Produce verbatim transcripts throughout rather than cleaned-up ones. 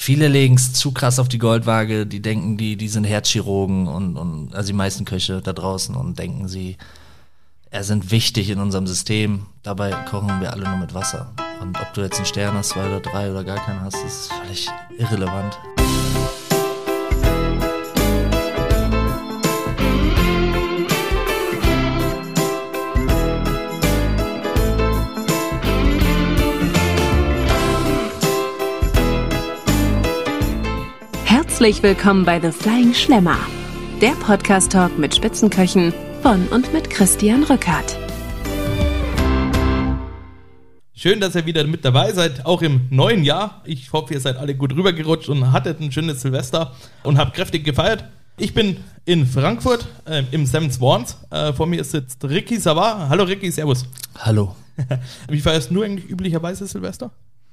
viele legen es zu krass auf die Goldwaage, die denken, die, die sind Herzchirurgen und, und also die meisten Köche da draußen und denken, sie er sind wichtig in unserem System. Dabei kochen wir alle nur mit Wasser. Und ob du jetzt einen Stern hast, zwei oder drei oder gar keinen hast, ist völlig irrelevant. Herzlich willkommen bei The Flying Schlemmer, der Podcast-Talk mit Spitzenköchen von und mit Christian Rückert. Schön, dass ihr wieder mit dabei seid, auch im neuen Jahr. Ich hoffe, ihr seid alle gut rübergerutscht und hattet ein schönes Silvester und habt kräftig gefeiert. Ich bin in Frankfurt äh, im Seven Swans. Äh, vor mir sitzt Ricky Savard. Hallo Ricky, servus. Hallo. Wie feierst du eigentlich üblicherweise Silvester?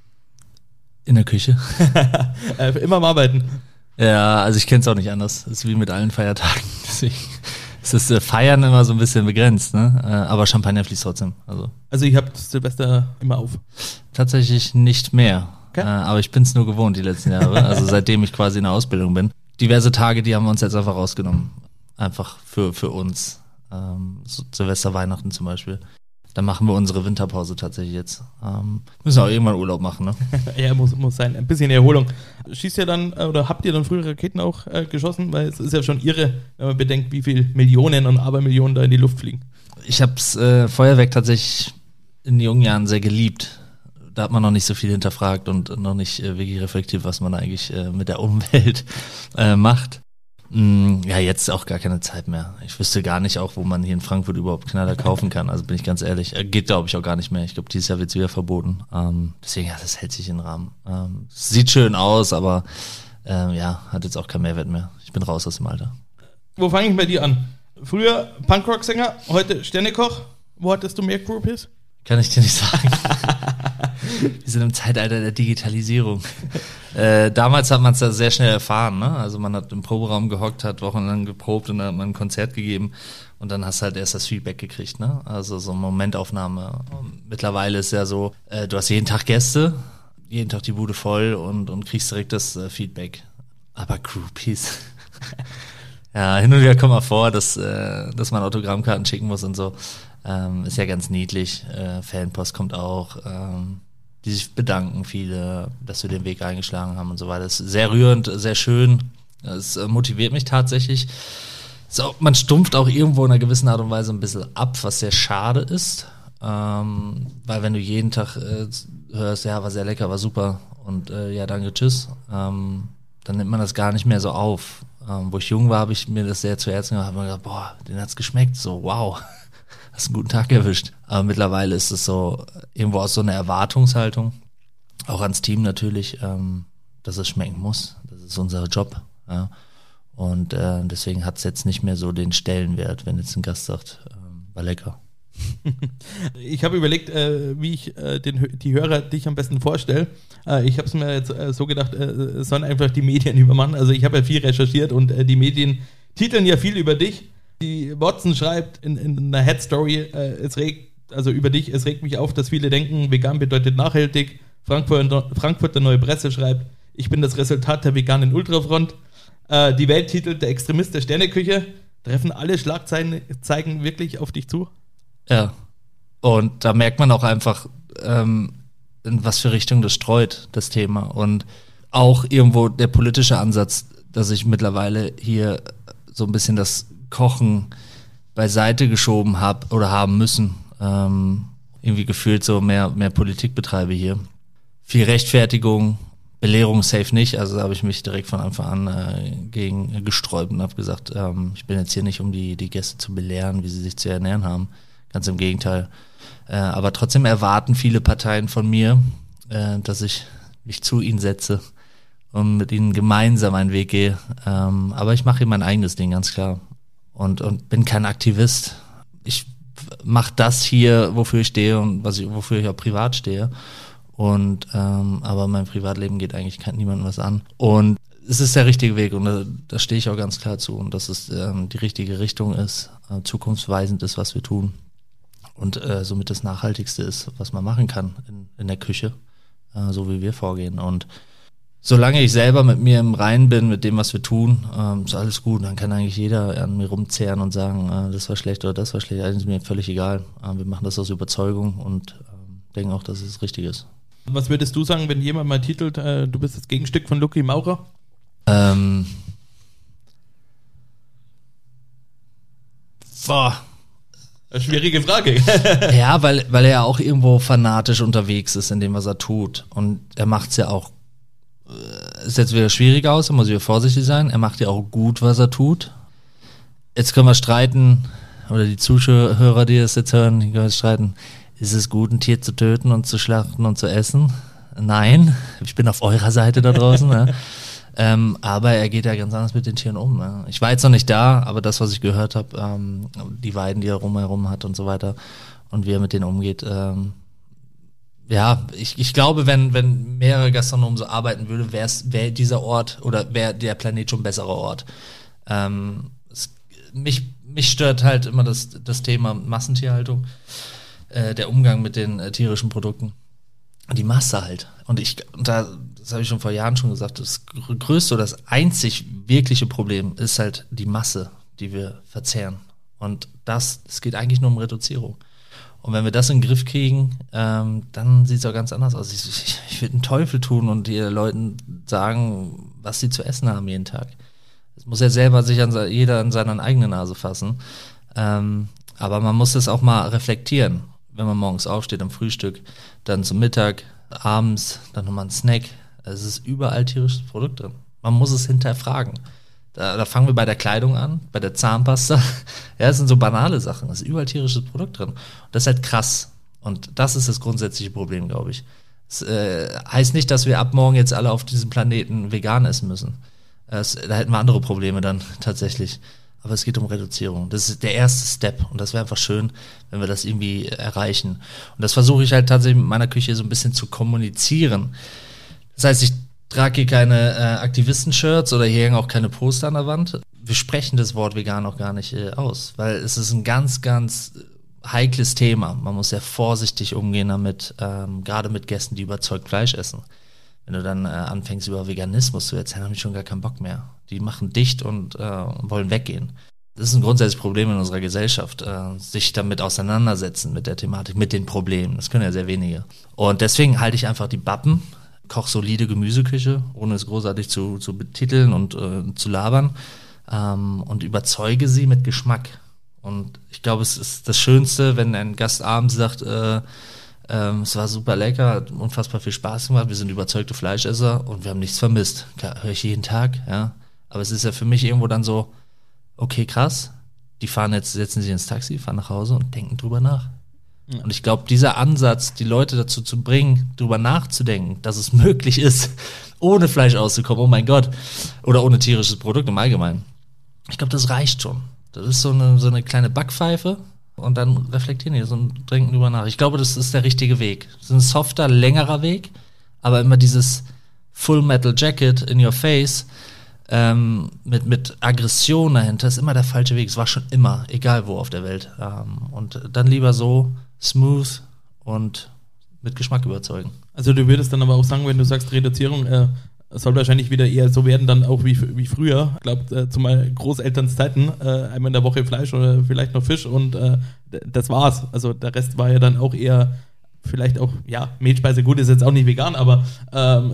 In der Küche. äh, immer am Arbeiten. Ja, also ich kenne es auch nicht anders. Das ist wie mit allen Feiertagen. Deswegen ist das äh, Feiern immer so ein bisschen begrenzt, ne? Äh, aber Champagner fließt trotzdem. Also, also ich habe Silvester immer auf. Tatsächlich nicht mehr. Okay. Äh, aber ich bin es nur gewohnt die letzten Jahre. Also seitdem ich quasi in der Ausbildung bin. Diverse Tage, die haben wir uns jetzt einfach rausgenommen. Einfach für, für uns. Ähm, so Silvester, Weihnachten zum Beispiel. Dann machen wir unsere Winterpause tatsächlich jetzt. Ähm, müssen auch irgendwann Urlaub machen, ne? Ja, muss, muss sein. Ein bisschen Erholung. Schießt ihr dann, oder habt ihr dann früher Raketen auch äh, geschossen? Weil es ist ja schon irre, wenn man bedenkt, wie viel Millionen und Abermillionen da in die Luft fliegen. Ich hab's äh, Feuerwerk tatsächlich in jungen Jahren sehr geliebt. Da hat man noch nicht so viel hinterfragt und noch nicht äh, wirklich reflektiert, was man eigentlich äh, mit der Umwelt äh, macht. Ja, jetzt auch gar keine Zeit mehr. Ich wüsste gar nicht auch, wo man hier in Frankfurt überhaupt Knaller kaufen kann. Also bin ich ganz ehrlich. Geht, glaube ich, auch gar nicht mehr. Ich glaube, dieses Jahr wird es wieder verboten. Ähm, deswegen, ja, das hält sich in den Rahmen. Ähm, sieht schön aus, aber ähm, ja, hat jetzt auch keinen Mehrwert mehr. Ich bin raus aus dem Alter. Wo fange ich bei dir an? Früher Punkrock-Sänger, heute Sternekoch. Wo hattest du mehr Groupies? Kann ich dir nicht sagen. Wir sind im Zeitalter der Digitalisierung. Äh, damals hat man es ja sehr schnell erfahren, ne? Also man hat im Proberaum gehockt, hat wochenlang geprobt und dann hat man ein Konzert gegeben und dann hast du halt erst das Feedback gekriegt, ne? Also so eine Momentaufnahme. Und mittlerweile ist ja so, äh, du hast jeden Tag Gäste, jeden Tag die Bude voll und, und kriegst direkt das äh, Feedback. Aber Groupies. Ja, hin und wieder kommt mal vor, dass, äh, dass man Autogrammkarten schicken muss und so. Ähm, ist ja ganz niedlich. Äh, Fanpost kommt auch. Ähm, die sich bedanken, viele, dass wir den Weg eingeschlagen haben und so weiter. Das ist sehr rührend, sehr schön. Es äh, motiviert mich tatsächlich. So, man stumpft auch irgendwo in einer gewissen Art und Weise ein bisschen ab, was sehr schade ist. Ähm, weil wenn du jeden Tag äh, hörst, ja, war sehr lecker, war super und äh, ja, danke, tschüss, ähm, dann nimmt man das gar nicht mehr so auf. Ähm, wo ich jung war, habe ich mir das sehr zu Herzen genommen, habe mir gedacht, boah, denen hat's geschmeckt, so wow. Hast einen guten Tag erwischt. Aber mittlerweile ist es so, irgendwo aus so einer Erwartungshaltung, auch ans Team natürlich, ähm, dass es schmecken muss. Das ist unser Job. Ja. Und äh, deswegen hat es jetzt nicht mehr so den Stellenwert, wenn jetzt ein Gast sagt, ähm, war lecker. Ich habe überlegt, äh, wie ich äh, den, die Hörer dich am besten vorstelle. Äh, ich habe es mir jetzt äh, so gedacht, äh, es sollen einfach die Medien übermachen. Also ich habe ja viel recherchiert und äh, die Medien titeln ja viel über dich. Die Watson schreibt in, in einer Head-Story, äh, es regt, also über dich, es regt mich auf, dass viele denken, vegan bedeutet nachhaltig. Frankfurt, Frankfurter Neue Presse schreibt, ich bin das Resultat der veganen Ultrafront. Äh, die Welt titelt, der Extremist der Sterneküche. Treffen alle Schlagzeilen zeigen wirklich auf dich zu? Ja, und da merkt man auch einfach, ähm, in was für Richtung das streut, das Thema. Und auch irgendwo der politische Ansatz, dass ich mittlerweile hier so ein bisschen das Kochen beiseite geschoben habe oder haben müssen. Ähm, irgendwie gefühlt so mehr, mehr Politik betreibe hier. Viel Rechtfertigung, Belehrung safe nicht. Also da habe ich mich direkt von Anfang an äh, gegen gesträubt und habe gesagt, ähm, ich bin jetzt hier nicht, um die, die Gäste zu belehren, wie sie sich zu ernähren haben. Ganz im Gegenteil. Äh, aber trotzdem erwarten viele Parteien von mir, äh, dass ich mich zu ihnen setze und mit ihnen gemeinsam einen Weg gehe. Ähm, aber ich mache hier mein eigenes Ding, ganz klar. Und, und bin kein Aktivist. Ich mache das hier, wofür ich stehe und was ich, wofür ich auch privat stehe. Und ähm, aber mein Privatleben geht eigentlich kein, niemandem was an. Und es ist der richtige Weg und da, da stehe ich auch ganz klar zu. Und dass es ähm, die richtige Richtung ist, äh, zukunftsweisend ist, was wir tun. Und äh, somit das Nachhaltigste ist, was man machen kann in, in der Küche, äh, so wie wir vorgehen. Und Solange ich selber mit mir im Reinen bin, mit dem, was wir tun, ähm, ist alles gut. Dann kann eigentlich jeder an mir rumzehren und sagen, äh, das war schlecht oder das war schlecht. Eigentlich ist mir völlig egal. Äh, wir machen das aus Überzeugung und ähm, denken auch, dass es richtig ist. Was würdest du sagen, wenn jemand mal titelt, äh, du bist das Gegenstück von Lucky Maurer? Ähm. Boah. Eine schwierige Frage. Ja, weil, weil er ja auch irgendwo fanatisch unterwegs ist in dem, was er tut. Und er macht es ja auch, äh, ist jetzt wieder schwierig aus, da muss ich wieder vorsichtig sein. Er macht ja auch gut, was er tut. Jetzt können wir streiten, oder die Zuschauer, die das jetzt hören, die können wir streiten, ist es gut, ein Tier zu töten und zu schlachten und zu essen? Nein, ich bin auf eurer Seite da draußen. Ne? Ähm, aber er geht ja ganz anders mit den Tieren um. Ne? Ich war jetzt noch nicht da, aber das, was ich gehört habe, ähm, die Weiden, die er rumherum hat und so weiter und wie er mit denen umgeht, ähm, ja, ich, ich glaube, wenn, wenn mehrere Gastronomen so arbeiten würden, wäre wär dieser Ort oder wäre der Planet schon ein besserer Ort. Ähm, es, mich, mich stört halt immer das, das Thema Massentierhaltung, äh, der Umgang mit den äh, tierischen Produkten. Die Masse halt. Und ich, da, das habe ich schon vor Jahren schon gesagt, das größte oder das einzig wirkliche Problem ist halt die Masse, die wir verzehren. Und das, es geht eigentlich nur um Reduzierung. Und wenn wir das in den Griff kriegen, ähm, dann sieht es auch ganz anders aus. Ich, ich, ich würde einen Teufel tun und den Leuten sagen, was sie zu essen haben jeden Tag. Das muss ja selber sich an jeder an seiner eigenen Nase fassen. Ähm, aber man muss es auch mal reflektieren, wenn man morgens aufsteht am Frühstück, dann zum Mittag, abends, dann nochmal ein Snack. Es ist überall tierisches Produkt drin. Man muss es hinterfragen. Da, da fangen wir bei der Kleidung an, bei der Zahnpasta. Ja, das sind so banale Sachen. Es ist überall tierisches Produkt drin. Und das ist halt krass. Und das ist das grundsätzliche Problem, glaube ich. Das äh, heißt nicht, dass wir ab morgen jetzt alle auf diesem Planeten vegan essen müssen. Das, da hätten wir andere Probleme dann tatsächlich. Aber es geht um Reduzierung. Das ist der erste Step. Und das wäre einfach schön, wenn wir das irgendwie erreichen. Und das versuche ich halt tatsächlich mit meiner Küche so ein bisschen zu kommunizieren. Das heißt, ich trage hier keine äh, Aktivisten-Shirts oder hier hängen auch keine Poster an der Wand. Wir sprechen das Wort vegan auch gar nicht äh, aus, weil es ist ein ganz, ganz heikles Thema. Man muss sehr vorsichtig umgehen damit, ähm, gerade mit Gästen, die überzeugt Fleisch essen. Wenn du dann äh, anfängst, über Veganismus zu erzählen, haben die schon gar keinen Bock mehr. Die machen dicht und äh, wollen weggehen. Das ist ein grundsätzliches Problem in unserer Gesellschaft, äh, sich damit auseinandersetzen, mit der Thematik, mit den Problemen. Das können ja sehr wenige. Und deswegen halte ich einfach die Bappen, koche solide Gemüseküche, ohne es großartig zu, zu betiteln und äh, zu labern, ähm, und überzeuge sie mit Geschmack. Und ich glaube, es ist das Schönste, wenn ein Gast abends sagt, äh, ähm, es war super lecker, hat unfassbar viel Spaß gemacht, wir sind überzeugte Fleischesser und wir haben nichts vermisst. Klar, höre ich jeden Tag, ja. Aber es ist ja für mich irgendwo dann so, okay, krass, die fahren jetzt, setzen sich ins Taxi, fahren nach Hause und denken drüber nach. Ja. Und ich glaube, dieser Ansatz, die Leute dazu zu bringen, drüber nachzudenken, dass es möglich ist, ohne Fleisch auszukommen, oh mein Gott, oder ohne tierisches Produkt im Allgemeinen. Ich glaube, das reicht schon. Das ist so eine, so eine kleine Backpfeife und dann reflektieren die so und denken drüber nach. Ich glaube, das ist der richtige Weg. Das ist ein softer, längerer Weg, aber immer dieses Full Metal Jacket in your face, Ähm, mit, mit Aggression dahinter, ist immer der falsche Weg. Es war schon immer, egal wo auf der Welt. Ähm, und dann lieber so smooth und mit Geschmack überzeugen. Also du würdest dann aber auch sagen, wenn du sagst Reduzierung, äh, soll wahrscheinlich wieder eher so werden, dann auch wie, wie früher. Ich glaube, äh, zu meinen Großelternzeiten, äh, einmal in der Woche Fleisch oder vielleicht noch Fisch und äh, das war's. Also der Rest war ja dann auch eher, vielleicht auch, ja, Mehlspeise, gut, ist jetzt auch nicht vegan, aber ähm,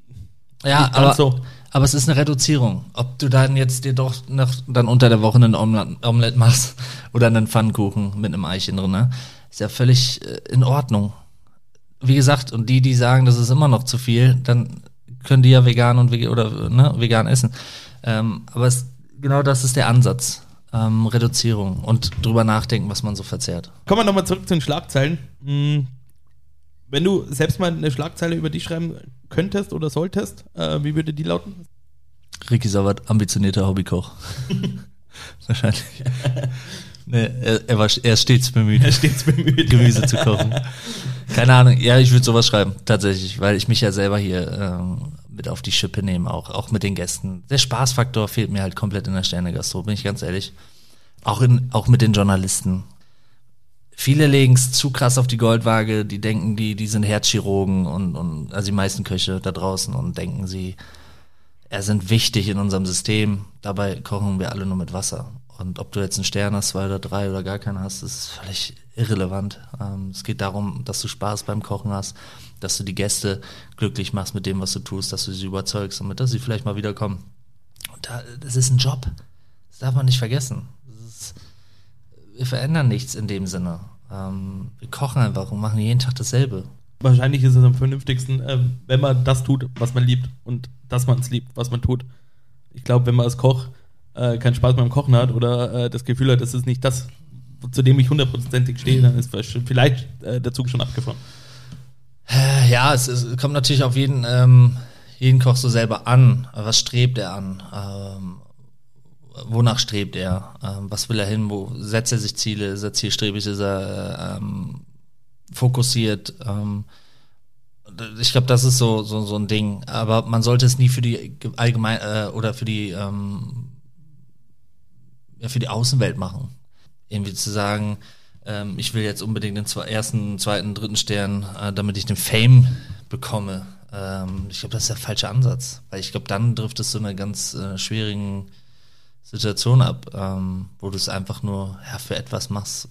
ja, aber so. Aber es ist eine Reduzierung. Ob du dann jetzt dir doch noch dann unter der Woche einen Omelette machst oder einen Pfannkuchen mit einem Eichen drin, ne? Ist ja völlig äh, in Ordnung. Wie gesagt, und die, die sagen, das ist immer noch zu viel, dann können die ja vegan und veg- oder ne, vegan essen. Ähm, aber es, genau das ist der Ansatz. Ähm, Reduzierung und drüber nachdenken, was man so verzehrt. Kommen wir nochmal zurück zu den Schlagzeilen. Hm. Wenn du selbst mal eine Schlagzeile über dich schreiben könntest oder solltest, äh, wie würde die lauten? Ricky Sauert, ambitionierter Hobbykoch. Wahrscheinlich. Nee, er, er, war, er ist stets bemüht, er ist stets bemüht, Gemüse zu kochen. Keine Ahnung, ja, ich würde sowas schreiben, tatsächlich, weil ich mich ja selber hier ähm, mit auf die Schippe nehme, auch, auch mit den Gästen. Der Spaßfaktor fehlt mir halt komplett in der Sterne-Gastro, bin ich ganz ehrlich. Auch, in, auch mit den Journalisten. viele legen es zu krass auf die Goldwaage, die denken, die, die sind Herzchirurgen und, und also die meisten Köche da draußen und denken, sie er sind wichtig in unserem System. Dabei kochen wir alle nur mit Wasser. Und ob du jetzt einen Stern hast, zwei oder drei oder gar keinen hast, ist völlig irrelevant. Ähm, es geht darum, dass du Spaß beim Kochen hast, dass du die Gäste glücklich machst mit dem, was du tust, dass du sie überzeugst, damit dass sie vielleicht mal wiederkommen. Und da, das ist ein Job. Das darf man nicht vergessen. Das ist, wir verändern nichts in dem Sinne. Ähm, wir kochen einfach und machen jeden Tag dasselbe. Wahrscheinlich ist es am vernünftigsten, äh, wenn man das tut, was man liebt und dass man es liebt, was man tut. Ich glaube, wenn man als Koch äh, keinen Spaß beim Kochen hat oder äh, das Gefühl hat, das ist nicht das, zu dem ich hundertprozentig stehe, dann ist vielleicht äh, der Zug schon abgefahren. Ja, es, es kommt natürlich auf jeden, ähm, jeden Koch so selber an. Was strebt er an? Ähm, wonach strebt er? Ähm, was will er hin? Wo setzt er sich Ziele? Ist er zielstrebig? Ist er ähm, fokussiert? Ähm, ich glaube, das ist so, so so ein Ding. Aber man sollte es nie für die allgemein äh, oder für die ähm, ja, für die Außenwelt machen. Irgendwie zu sagen, ähm, ich will jetzt unbedingt den zwei, ersten, zweiten, dritten Stern, äh, damit ich den Fame bekomme. Ähm, ich glaube, das ist der falsche Ansatz. Weil ich glaube, dann trifft es so eine ganz äh, schwierigen Situation ab, ähm, wo du es einfach nur ja, für etwas machst.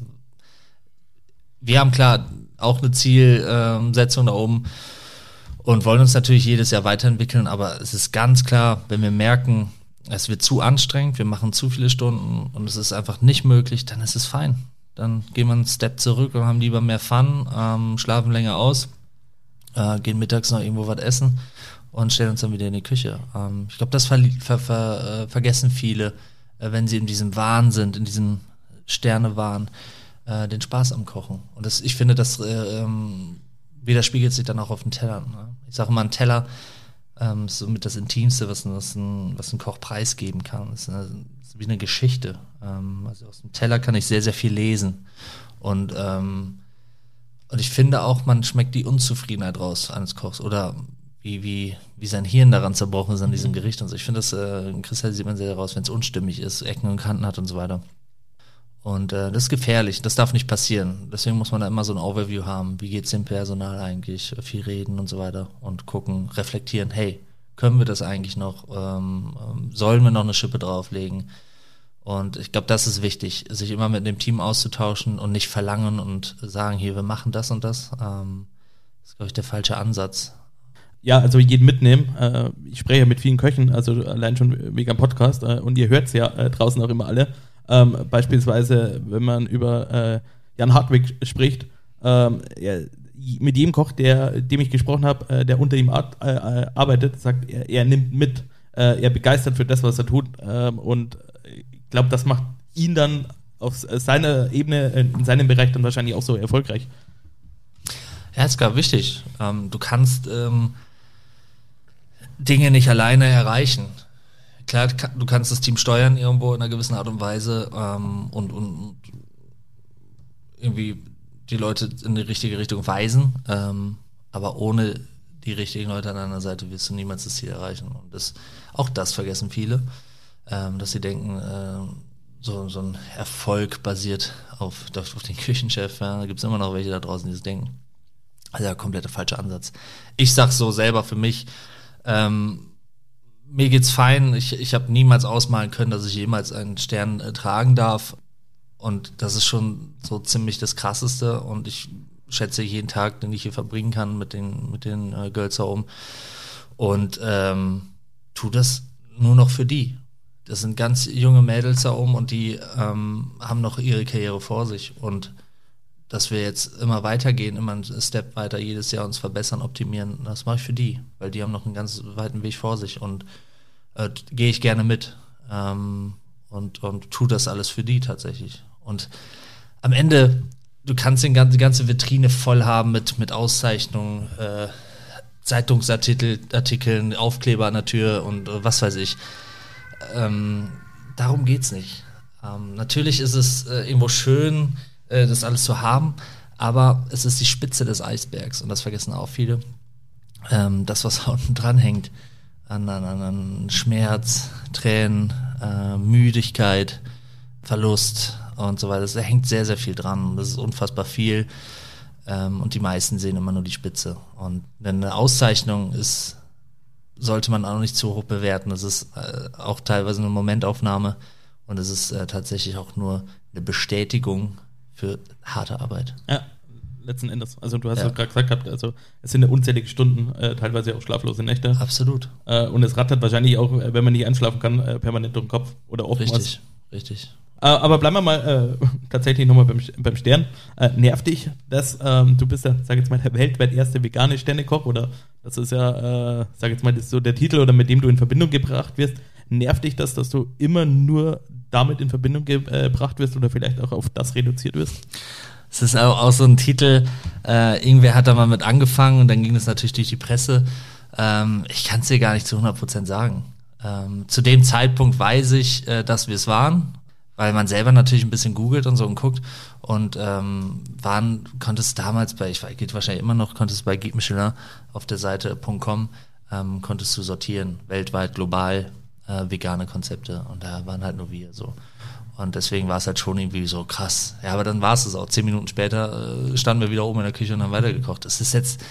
Wir haben klar auch eine Zielsetzung da oben und wollen uns natürlich jedes Jahr weiterentwickeln, aber es ist ganz klar, wenn wir merken, es wird zu anstrengend, wir machen zu viele Stunden und es ist einfach nicht möglich, dann ist es fein. Dann gehen wir einen Step zurück und haben lieber mehr Fun, ähm, schlafen länger aus, äh, gehen mittags noch irgendwo was essen und stellen uns dann wieder in die Küche. Ähm, ich glaube, das ver- ver- ver- äh, vergessen viele, äh, wenn sie in diesem Wahn sind, in diesem Sternewahn, äh, den Spaß am Kochen. Und das, ich finde, das äh, ähm, widerspiegelt sich dann auch auf den Tellern. Ne? Ich sage immer, ein Teller ähm, ist somit das Intimste, was, was, ein, was ein Koch preisgeben kann. Das ist, eine, das ist wie eine Geschichte. Ähm, also aus dem Teller kann ich sehr, sehr viel lesen. Und, ähm, und ich finde auch, man schmeckt die Unzufriedenheit raus eines Kochs. Oder wie, wie, wie sein Hirn daran zerbrochen ist an diesem Gericht und so. Ich finde, das äh, kristallisiert man sehr raus, wenn es unstimmig ist, Ecken und Kanten hat und so weiter. Und äh, das ist gefährlich, das darf nicht passieren. Deswegen muss man da immer so ein Overview haben. Wie geht's dem Personal eigentlich? Viel reden und so weiter und gucken, reflektieren. Hey, können wir das eigentlich noch? Ähm, ähm, sollen wir noch eine Schippe drauflegen? Und ich glaube, das ist wichtig, sich immer mit dem Team auszutauschen und nicht verlangen und sagen, hier, wir machen das und das. Ähm, das ist, glaube ich, der falsche Ansatz. Ja, also jeden mitnehmen. Äh, ich spreche ja mit vielen Köchen, also allein schon wegen am Podcast äh, und ihr hört es ja äh, draußen auch immer alle. Ähm, beispielsweise, wenn man über äh, Jan Hartwig spricht, ähm, er, mit jedem Koch, der, dem ich gesprochen habe, äh, der unter ihm art, äh, arbeitet, sagt, er, er nimmt mit, äh, er begeistert für das, was er tut ähm, und ich glaube, das macht ihn dann auf seiner Ebene, in seinem Bereich dann wahrscheinlich auch so erfolgreich. Ja, ist gar wichtig. Ähm, du kannst ähm, Dinge nicht alleine erreichen. Klar, du kannst das Team steuern irgendwo in einer gewissen Art und Weise ähm, und, und irgendwie die Leute in die richtige Richtung weisen, ähm, aber ohne die richtigen Leute an deiner Seite wirst du niemals das Ziel erreichen. Und das, auch das vergessen viele, ähm, dass sie denken, äh, so, so ein Erfolg basiert auf, auf den Küchenchef. Ja, da gibt es immer noch welche da draußen, die das denken. Also der komplette falsche Ansatz. Ich sag's so selber für mich, ähm, mir geht's fein. Ich, ich habe niemals ausmalen können, dass ich jemals einen Stern äh, tragen darf. Und das ist schon so ziemlich das Krasseste. Und ich schätze jeden Tag, den ich hier verbringen kann mit den, mit den äh, Girls da oben. Und ähm, tu das nur noch für die. Das sind ganz junge Mädels da oben und die ähm, haben noch ihre Karriere vor sich. Und dass wir jetzt immer weitergehen, immer einen Step weiter, jedes Jahr uns verbessern, optimieren, das mache ich für die, weil die haben noch einen ganz weiten Weg vor sich und äh, gehe ich gerne mit ähm, und, und tu das alles für die tatsächlich. Und am Ende, du kannst den ganzen, die ganze Vitrine voll haben mit, mit Auszeichnungen, äh, Zeitungsartikeln, Aufkleber an der Tür und äh, was weiß ich. Ähm, darum geht's nicht. Ähm, natürlich ist es äh, irgendwo schön, das alles zu haben, aber es ist die Spitze des Eisbergs und das vergessen auch viele. Ähm, das, was unten dran hängt, an, an, an Schmerz, Tränen, äh, Müdigkeit, Verlust und so weiter. Da hängt sehr, sehr viel dran. Das ist unfassbar viel. Ähm, und die meisten sehen immer nur die Spitze. Und eine Auszeichnung ist, sollte man auch nicht zu hoch bewerten. Das ist äh, auch teilweise eine Momentaufnahme. Und es ist äh, tatsächlich auch nur eine Bestätigung für harte Arbeit. Ja, letzten Endes. Also du hast ja ja gerade gesagt gehabt, also es sind ja unzählige Stunden, äh, teilweise auch schlaflose Nächte. Absolut. Äh, und es rattert wahrscheinlich auch, wenn man nicht einschlafen kann, äh, permanent durch den Kopf oder oftmals. Richtig, richtig. Äh, aber bleiben wir mal äh, tatsächlich nochmal beim, beim Stern. Äh, nervt dich, dass ähm, du bist ja, sag jetzt mal, der weltweit erste vegane Sternekoch, oder das ist ja, äh, sag jetzt mal, das ist so der Titel, oder mit dem du in Verbindung gebracht wirst. Nervt dich das, dass du immer nur damit in Verbindung gebracht wirst oder vielleicht auch auf das reduziert wirst? Es ist auch, auch so ein Titel, äh, irgendwer hat da mal mit angefangen und dann ging es natürlich durch die Presse. Ähm, ich kann es dir gar nicht zu hundert Prozent sagen. Ähm, zu dem Zeitpunkt weiß ich, äh, dass wir es waren, weil man selber natürlich ein bisschen googelt und so und guckt. Und ähm, waren, konntest damals bei, ich weiß, geht wahrscheinlich immer noch, konntest bei Guide Michelin auf der Seite .com, ähm, konntest du sortieren, weltweit, global, äh, vegane Konzepte. Und da waren halt nur wir so. Und deswegen war es halt schon irgendwie so krass. Ja, aber dann war es es auch. Zehn Minuten später äh, standen wir wieder oben in der Küche und haben weitergekocht. Das ist jetzt,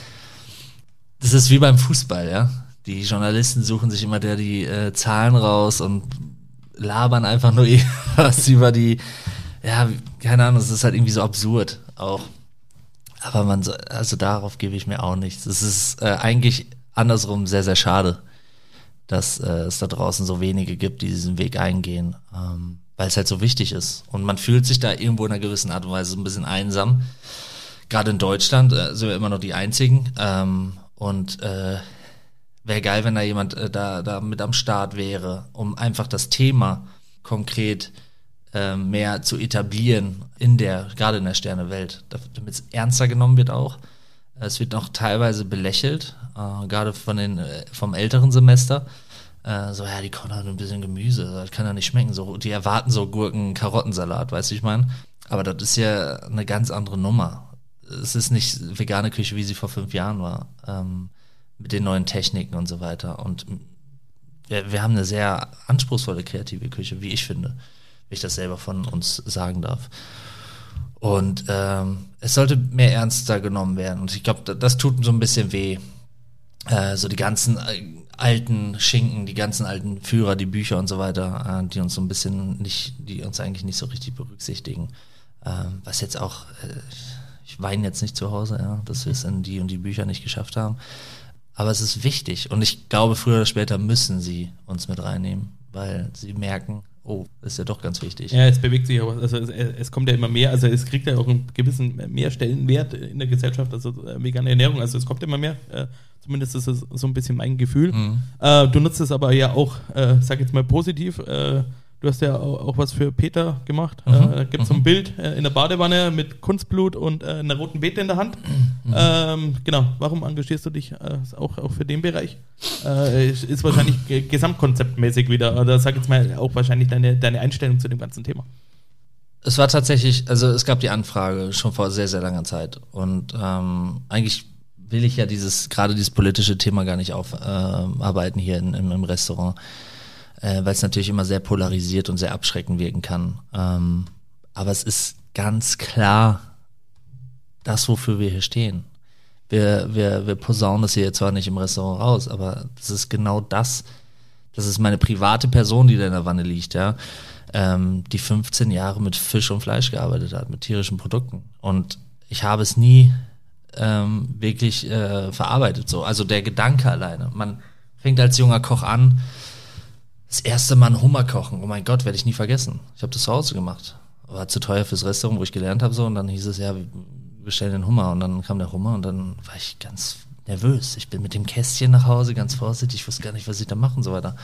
das ist wie beim Fußball, ja. Die Journalisten suchen sich immer der die äh, Zahlen raus und labern einfach nur was über die, ja, keine Ahnung, es ist halt irgendwie so absurd auch. Aber man, so, also darauf gebe ich mir auch nichts. Es ist äh, eigentlich andersrum sehr, sehr schade, dass äh, es da draußen so wenige gibt, die diesen Weg eingehen. Ähm, weil es halt so wichtig ist. Und man fühlt sich da irgendwo in einer gewissen Art und Weise so ein bisschen einsam. Gerade in Deutschland äh, sind wir immer noch die Einzigen. Ähm, und äh, wäre geil, wenn da jemand äh, da, da mit am Start wäre, um einfach das Thema konkret äh, mehr zu etablieren in der, gerade in der Sternewelt, damit es ernster genommen wird auch. Es wird noch teilweise belächelt, äh, gerade von den äh, vom älteren Semester. Äh, so, ja, die kochen halt ein bisschen Gemüse, das kann ja nicht schmecken. So, die erwarten so Gurken, Karottensalat, weißt du, ich meine. Aber das ist ja eine ganz andere Nummer. Es ist nicht vegane Küche, wie sie vor fünf Jahren war, ähm, mit den neuen Techniken und so weiter. Und wir, wir haben eine sehr anspruchsvolle kreative Küche, wie ich finde, wenn ich das selber von uns sagen darf. Und ähm, es sollte mehr ernster genommen werden. Und ich glaube, das tut so ein bisschen weh. Äh, so die ganzen äh, alten Schinken, die ganzen alten Führer, die Bücher und so weiter, äh, die uns so ein bisschen nicht, die uns eigentlich nicht so richtig berücksichtigen. Äh, was jetzt auch, äh, ich weine jetzt nicht zu Hause, ja, dass wir es in die und die Bücher nicht geschafft haben. Aber es ist wichtig. Und ich glaube, früher oder später müssen sie uns mit reinnehmen, weil sie merken, oh, das ist ja doch ganz wichtig. Ja, es bewegt sich auch, also es, es kommt ja immer mehr, also es kriegt ja auch einen gewissen mehr Stellenwert in der Gesellschaft, also vegane Ernährung, also es kommt immer mehr, äh, zumindest ist es so ein bisschen mein Gefühl. Mhm. Äh, du nutzt es aber ja auch, äh, sag jetzt mal positiv, äh, du hast ja auch, auch was für Peter gemacht, mhm. äh, gibt es mhm. so ein Bild äh, in der Badewanne mit Kunstblut und äh, einer roten Beete in der Hand. Mhm. Ähm, genau, warum engagierst du dich äh, auch, auch für den Bereich? Äh, ist wahrscheinlich g- gesamtkonzeptmäßig wieder, oder sag jetzt mal auch wahrscheinlich deine, deine Einstellung zu dem ganzen Thema. Es war tatsächlich, also es gab die Anfrage schon vor sehr, sehr langer Zeit und ähm, eigentlich will ich ja dieses, gerade dieses politische Thema gar nicht aufarbeiten äh, hier in, im, im Restaurant. Äh, weil es natürlich immer sehr polarisiert und sehr abschreckend wirken kann. Ähm, aber es ist ganz klar das, wofür wir hier stehen. Wir, wir, wir posaunen das hier zwar nicht im Restaurant raus, aber das ist genau das. Das ist meine private Person, die da in der Wanne liegt, ja, ähm, die fünfzehn Jahre mit Fisch und Fleisch gearbeitet hat, mit tierischen Produkten. Und ich habe es nie ähm, wirklich äh, verarbeitet. So. Also der Gedanke alleine. Man fängt als junger Koch an, das erste Mal einen Hummer kochen, oh mein Gott, werde ich nie vergessen. Ich habe das zu Hause gemacht. War zu teuer fürs Restaurant, wo ich gelernt habe, so, und dann hieß es, ja, wir bestellen den Hummer. Und dann kam der Hummer und dann war ich ganz nervös. Ich bin mit dem Kästchen nach Hause, ganz vorsichtig, ich wusste gar nicht, was ich da mache und so weiter.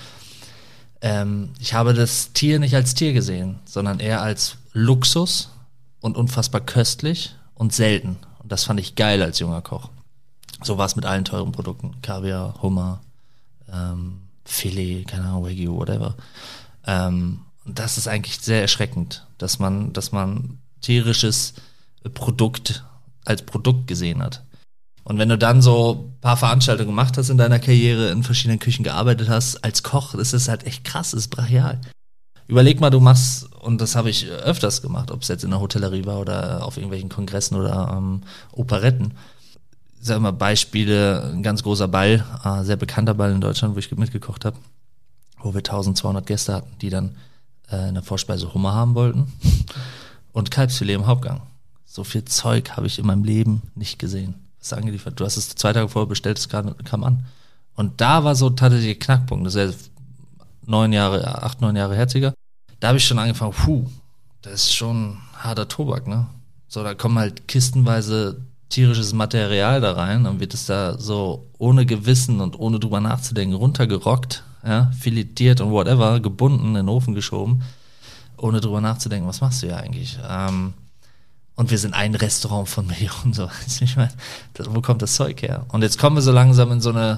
Ähm, ich habe das Tier nicht als Tier gesehen, sondern eher als Luxus und unfassbar köstlich und selten. Und das fand ich geil als junger Koch. So war es mit allen teuren Produkten. Kaviar, Hummer, ähm, Filet, keine Ahnung, Wagyu, whatever. Ähm, und das ist eigentlich sehr erschreckend, dass man, dass man tierisches Produkt als Produkt gesehen hat. Und wenn du dann so ein paar Veranstaltungen gemacht hast in deiner Karriere, in verschiedenen Küchen gearbeitet hast, als Koch, das ist halt echt krass, das ist brachial. Überleg mal, du machst und das habe ich öfters gemacht, ob es jetzt in der Hotellerie war oder auf irgendwelchen Kongressen oder ähm, Operetten. Ich sage mal Beispiele, ein ganz großer Ball, äh, sehr bekannter Ball in Deutschland, wo ich mitgekocht habe, wo wir eintausendzweihundert Gäste hatten, die dann äh, in der Vorspeise Hummer haben wollten und Kalbsfilet im Hauptgang. So viel Zeug habe ich in meinem Leben nicht gesehen. Was angeliefert. Du hast es zwei Tage vorher bestellt, es kam, kam an. Und da war so tatsächlich der Knackpunkt. Das ist ja neun Jahre, acht, neun Jahre herziger. Da habe ich schon angefangen, puh, das ist schon harter Tobak, ne? So, da kommen halt kistenweise tierisches Material da rein, dann wird es da so ohne Gewissen und ohne drüber nachzudenken runtergerockt, ja, filetiert und whatever, gebunden, in den Ofen geschoben, ohne drüber nachzudenken, was machst du ja eigentlich? Ähm, und wir sind ein Restaurant von Millionen, so, ich meine, wo kommt das Zeug her? Und jetzt kommen wir so langsam in so eine,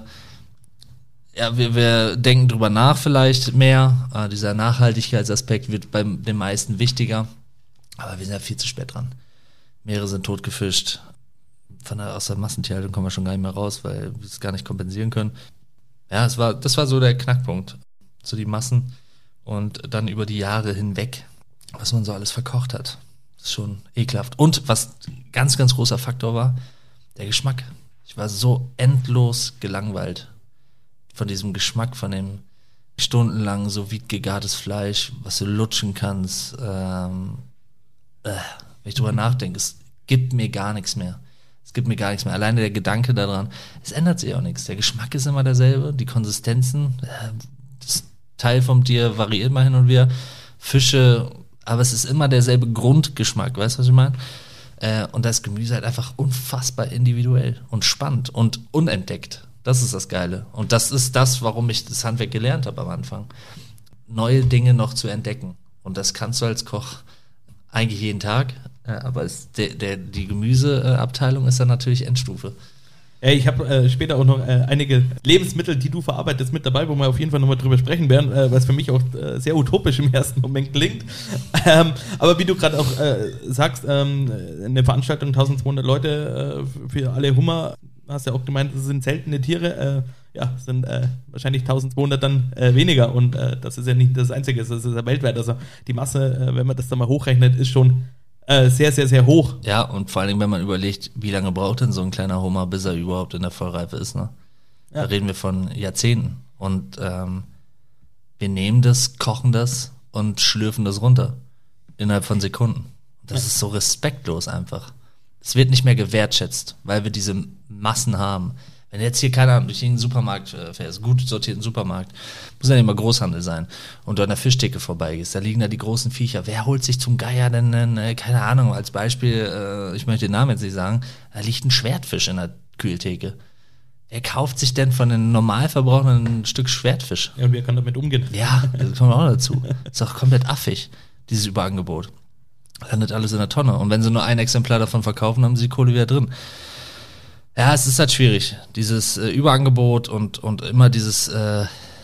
ja, wir, wir denken drüber nach vielleicht mehr, äh, dieser Nachhaltigkeitsaspekt wird bei den meisten wichtiger, aber wir sind ja viel zu spät dran. Meere sind totgefischt, von der, aus der Massentierhaltung kommen wir schon gar nicht mehr raus, weil wir es gar nicht kompensieren können. Ja, es war, das war so der Knackpunkt, so die Massen und dann über die Jahre hinweg, was man so alles verkocht hat. Das ist schon ekelhaft. Und was ganz, ganz großer Faktor war, der Geschmack. Ich war so endlos gelangweilt von diesem Geschmack, von dem stundenlang so vide gegartes Fleisch, was du lutschen kannst. Ähm, äh, wenn ich drüber nachdenke, es gibt mir gar nichts mehr. Es gibt mir gar nichts mehr. Alleine der Gedanke daran, es ändert sich auch nichts. Der Geschmack ist immer derselbe, die Konsistenzen, äh, das Teil vom Tier variiert mal hin und wieder. Fische, aber es ist immer derselbe Grundgeschmack, weißt du, was ich meine? Äh, und das Gemüse halt einfach unfassbar individuell und spannend und unentdeckt. Das ist das Geile. Und das ist das, warum ich das Handwerk gelernt habe am Anfang. Neue Dinge noch zu entdecken. Und das kannst du als Koch eigentlich jeden Tag. Aber es, der, der, die Gemüseabteilung ist dann natürlich Endstufe. Ja, ich habe äh, später auch noch äh, einige Lebensmittel, die du verarbeitest, mit dabei, wo wir auf jeden Fall nochmal drüber sprechen werden, äh, was für mich auch äh, sehr utopisch im ersten Moment klingt. Ähm, aber wie du gerade auch äh, sagst, ähm, eine Veranstaltung, eintausendzweihundert Leute äh, für alle Hummer, hast ja auch gemeint, das sind seltene Tiere, äh, ja, sind äh, wahrscheinlich eintausendzweihundert dann äh, weniger und äh, das ist ja nicht das Einzige, das ist ja weltweit. Also die Masse, äh, wenn man das dann mal hochrechnet, ist schon äh, sehr, sehr, sehr hoch. Ja, und vor allen Dingen, wenn man überlegt, wie lange braucht denn so ein kleiner Hummer, bis er überhaupt in der Vollreife ist, ne? Ja. Da reden wir von Jahrzehnten und ähm, wir nehmen das, kochen das und schlürfen das runter innerhalb von Sekunden. Das ja. ist so respektlos einfach. Es wird nicht mehr gewertschätzt, weil wir diese Massen haben. Wenn jetzt hier, keine Ahnung, durch den Supermarkt äh, fährst, gut sortierten Supermarkt, muss ja nicht mal Großhandel sein, und du an der Fischtheke vorbeigehst, da liegen da die großen Viecher. Wer holt sich zum Geier denn, äh, keine Ahnung, als Beispiel, äh, ich möchte den Namen jetzt nicht sagen, da liegt ein Schwertfisch in der Kühltheke. Wer kauft sich denn von den Normalverbrauchern ein Stück Schwertfisch? Ja, und wer kann damit umgehen? Ja, das kommt auch dazu. Ist doch komplett affig, dieses Überangebot. Landet alles in der Tonne. Und wenn sie nur ein Exemplar davon verkaufen, haben sie die Kohle wieder drin. Ja, es ist halt schwierig. Dieses äh, Überangebot und, und immer dieses äh,